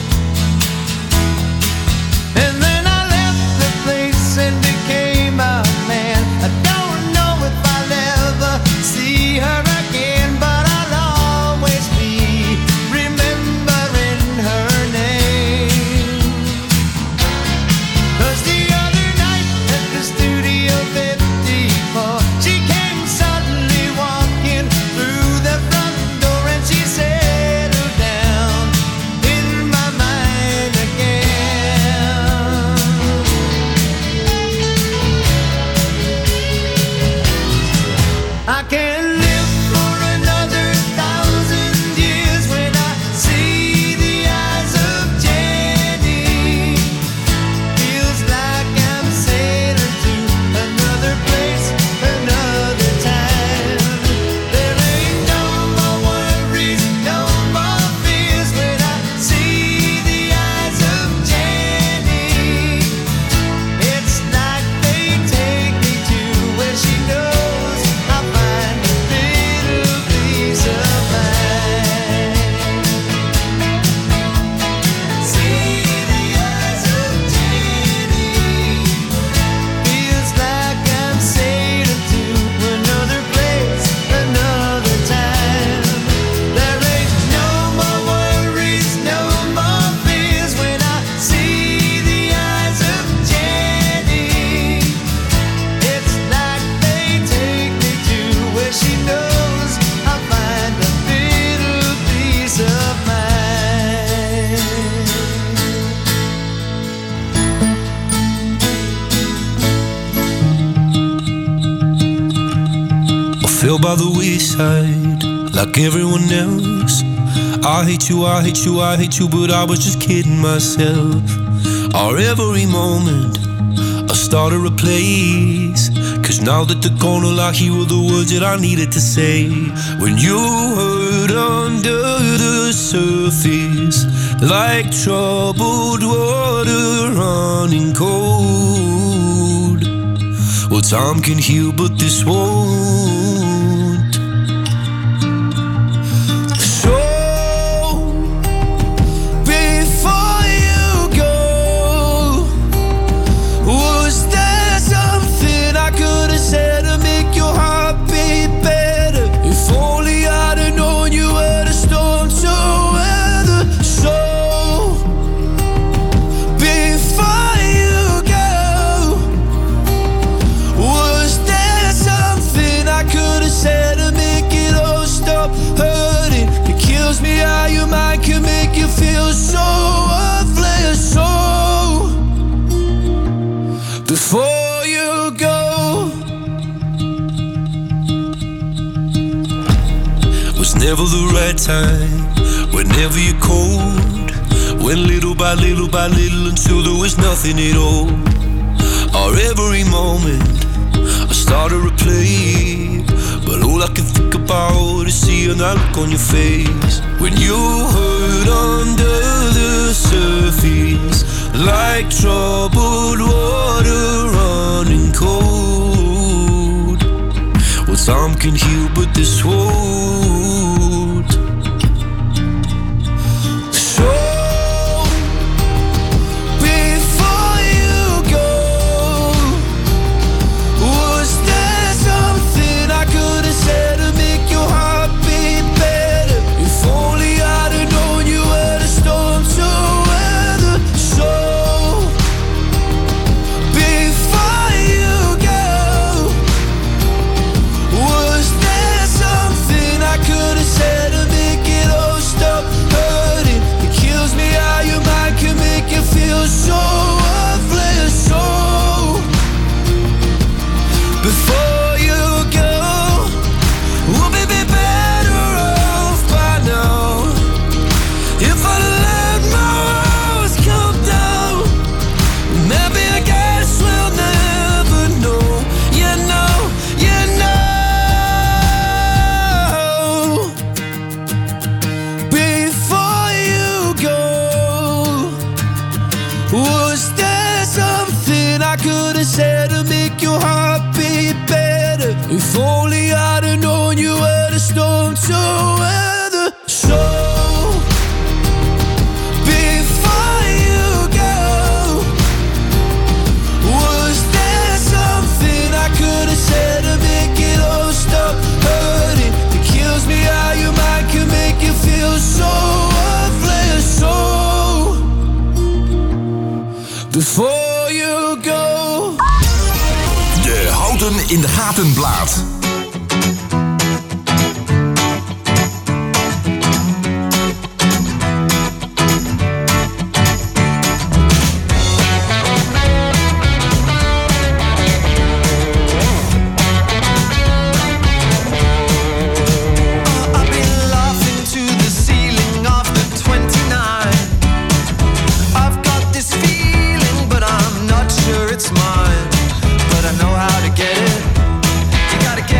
And then I left the place and became a man. I don't know if I'll ever see her again, but I'll always be remembering her name. 'Cause the other night at the Studio fifty-four, she came suddenly walking through the front door, and she settled down in my mind again. I can't live for another thousand years when I see the eyes of Jenny. Feels like I'm sailing to another place, another time. There ain't no more worries, no more fears when I see the eyes of Jenny. It's like they take me to where she knows I'll find a little piece of mind. See the eyes of Jenny. Feels like I'm sailing to another place, another time. There ain't no more worries, no more fears when I see the eyes of Jenny. It's like they take me to where she knows I'll find a little piece of mind. I fell by the wayside like everyone else. I hate you, I hate you, I hate you, but I was just kidding myself. Our every moment I started a place, 'cause now that they're gone, all I hear were the words that I needed to say. When you hurt under the surface, like troubled water running cold. Well, time can heal, but this won't. So, before you go, was there something I could have said to make your heart beat better? If only I'd have known so worthless. So before you go, was never the right time. Whenever you're cold, went little by little by little until there was nothing at all. Or every moment I started to play, but all I can think about is seeing that look on your face when you hurt under the surface, like troubled water running cold. Well, time can heal, but this won't. So before you go, was there something I could have said to make your heart beat better? If only I'd have known you were the storm to weather. So before you go, was there something I could have said to make it all stop hurting? It kills me how your mind can make you feel so worthless. So before you go, would we be better off by now if I let my walls come down? Maybe I guess we'll never know. You know, you know. Before you go, was there something I could have said to make your heart beat better? If only I'd have known you were the storm to weather. So before you go, was there something I could have said to make it all stop hurting? It kills me how your mind can make you feel so worthless. So before you go. De Houten in de Gaten blaad. I've been laughing to the ceiling of the twenty-nine. I've got this feeling, but I'm not sure it's mine. But I know how to get it. You gotta get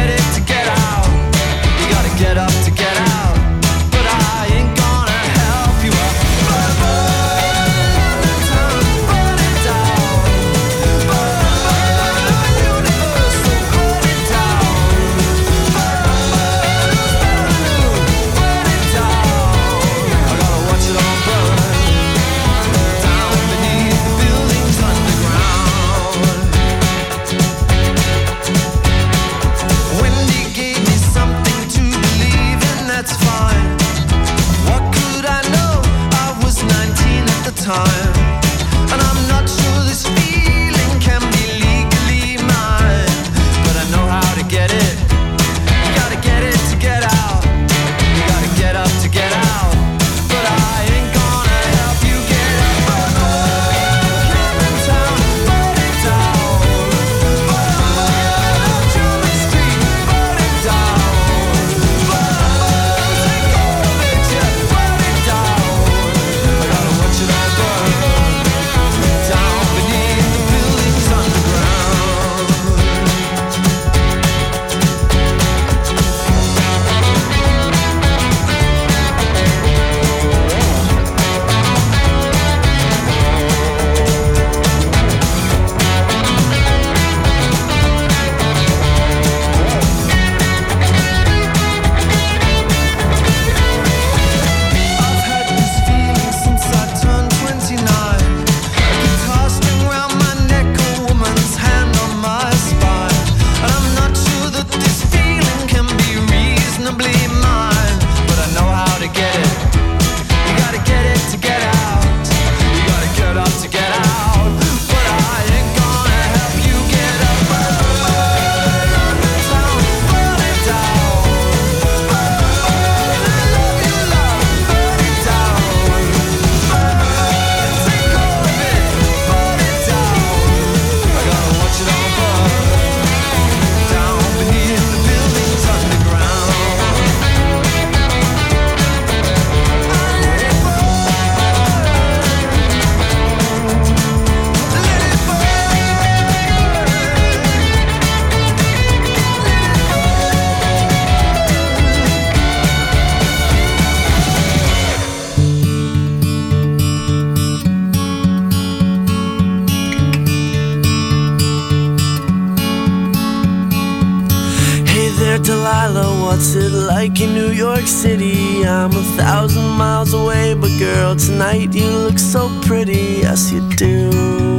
What's it like in New York City? I'm a thousand miles away, but girl, tonight you look so pretty, yes you do.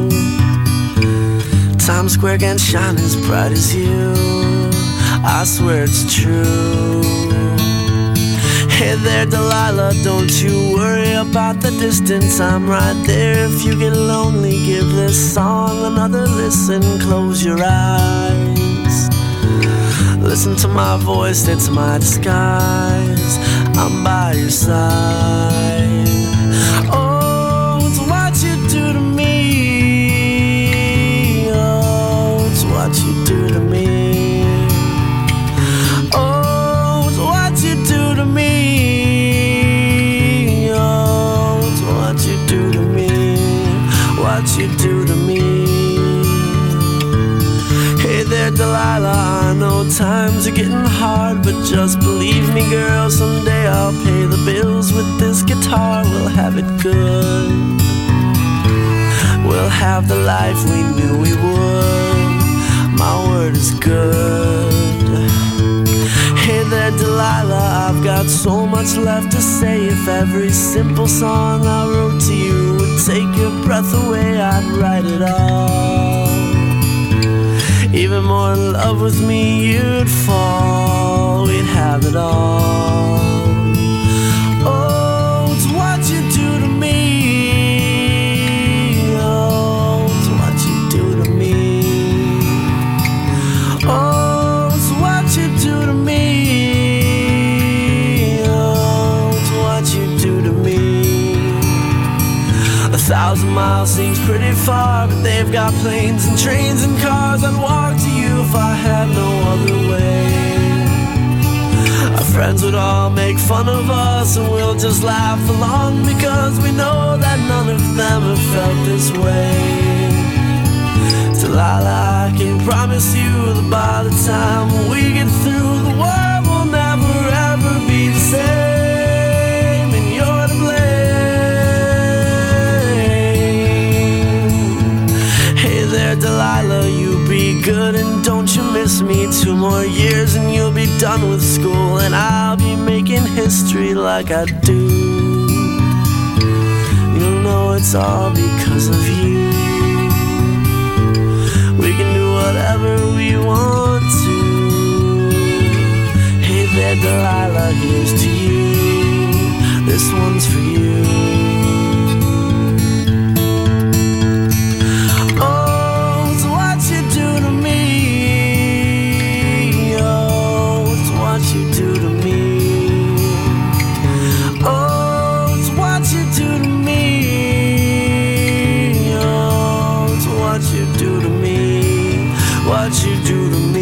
Times Square can't shine as bright as you, I swear it's true. Hey there Delilah, don't you worry about the distance, I'm right there. If you get lonely, give this song another listen. Close your eyes, listen to my voice, it's my disguise, I'm by your side. Oh, it's what you do to me, oh, it's what you do to me. Oh, it's what you do to me, oh, it's what you do to me, what you do to me. Hey there Delilah, I know times are getting hard, but just believe me girl, someday I'll pay the bills with this guitar. We'll have it good, we'll have the life we knew we would, my word is good. Hey there Delilah, I've got so much left to say. If every simple song I wrote to you would take your breath away, I'd write it all. Even more in love with me you'd fall, we'd have it all. Oh, it's what you do to me, oh, it's what you do to me. Oh, it's what you do to me, oh, it's what you do to me. A thousand miles seems pretty far, but they've got planes and trains and cars. I'd walk to you if I had no other way. Our friends would all make fun of us, and we'll just laugh along, because we know that none of them have felt this way. Delilah, I can promise you that by the time we get through, the world will never ever be the same, and you're to blame. Hey there Delilah, you be good and don't you miss me. Two more years and you'll be done with school, and I'll be making history like I do. You'll know it's all because of you. We can do whatever we want to. Hey there Delilah, here's to you, this one's for you. Oh, it's what you do to me, oh, it's what you do to me. Oh, it's what you do to me, oh, it's what you do to me, what you do to me.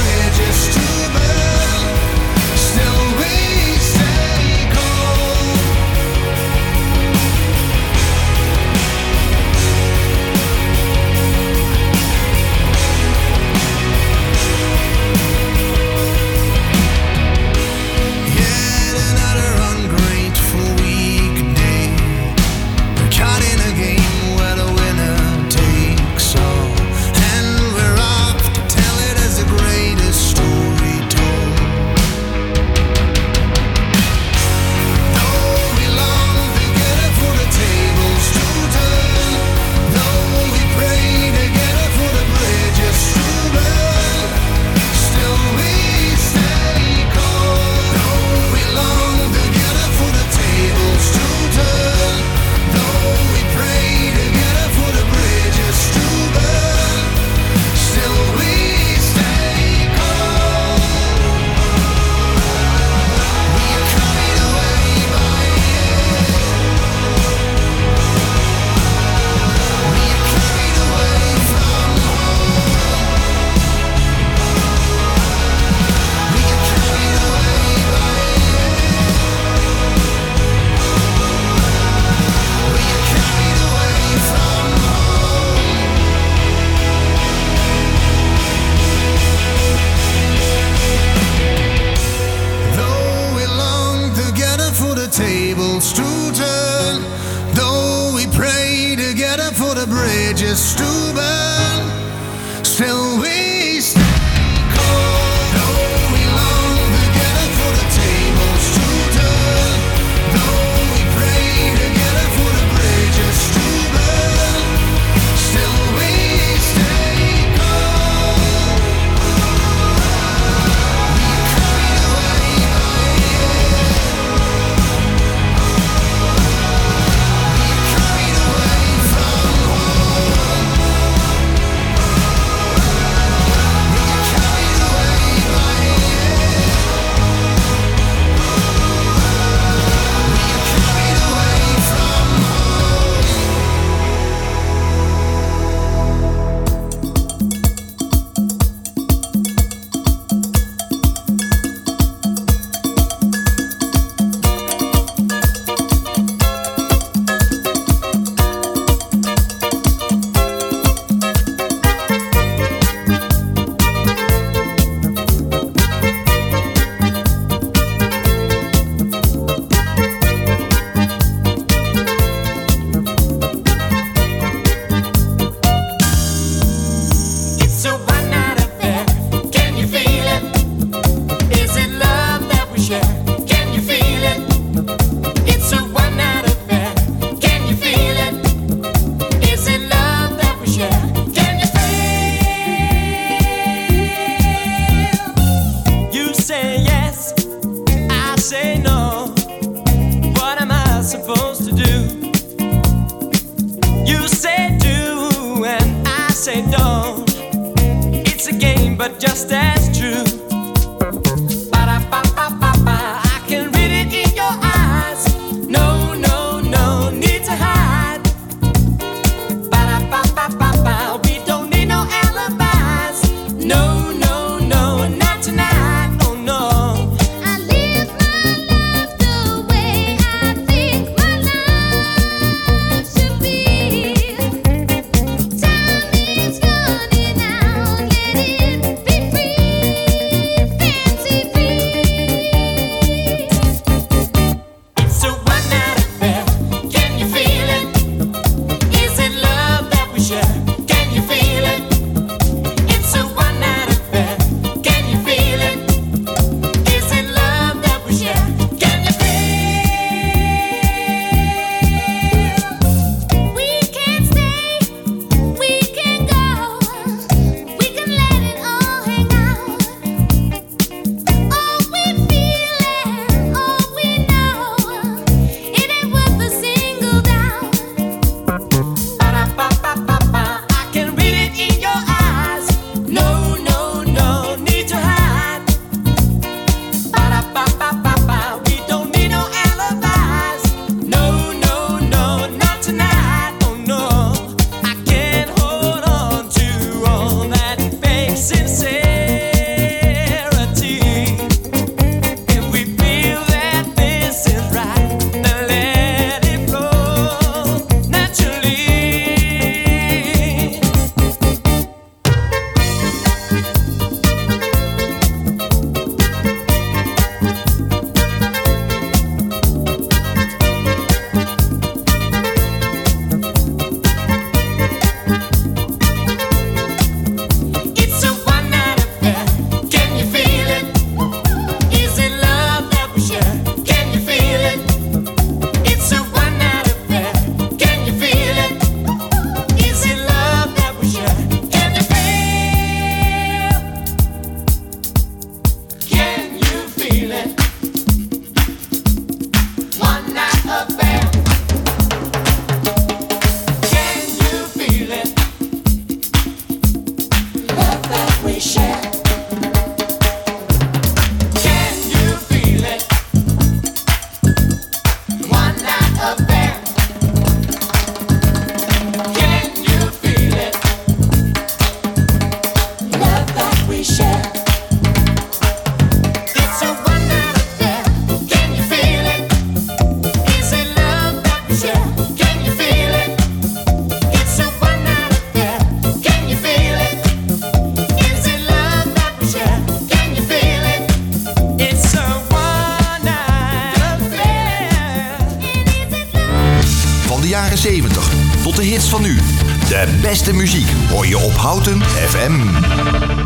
Still we stay cold. the bridges to burn. Still we stay cold. Though we long together for the tables to turn. Though we pray together for the bridges to burn. Still we stay cold. We carried away by it. We carried away from home. We carried away by it. We carried away from home. It's a one night affair. Can you feel it? Is it love that we share? Can you feel it? It's a one night affair. Can you feel it? Is it love that we share? Can you feel? You say yes, I say no. What am I supposed to do? You say do, and I say don't. It's a game, but just as true. Ba-da-ba-ba-ba-ba, I can read it in your eyes. No, no, no need to hide. Ba-da-ba-ba-ba-ba, we don't need no alibis. No, no, no, not tonight. Oh no. I live my life the way I think my life should be. Time is running out, let it be free, fancy free. It's a one night affair. Can you feel it? Is it love that we share? Can you feel it? It's a one night affair. Can you feel it? Is it love that we share? Can you feel? We can stay, we can go, we can let it all hang out. All we feel and all we know, it ain't worth a single doubt. Ba-da-ba-ba-ba-ba, I can read it in your eyes. No, no, no need to hide. Ba-da-ba-ba-ba-ba, we don't need no alibis. No, no, no, not tonight. Oh no, I can't hold on to all that fake sincerity. If we feel that this is right, then let it flow naturally. It's a one night affair. Can you feel it? Is it love that we share? Can you feel it? It's a one night affair. Can you feel it? Is it love that we share? Can you feel? Can you feel it? One night affair. Can you feel it? Love that we share. Can you feel it? One night affair. Can you feel it? Love that we share. It's a one night affair. Can you feel it? Is it love that we share? Can you feel it? It's a one night affair. Can you feel it? Is it love that we share? Can you feel it? It's a one night affair. Van de jaren zeventig tot de hits van nu. De beste muziek hoor je op Houten F M.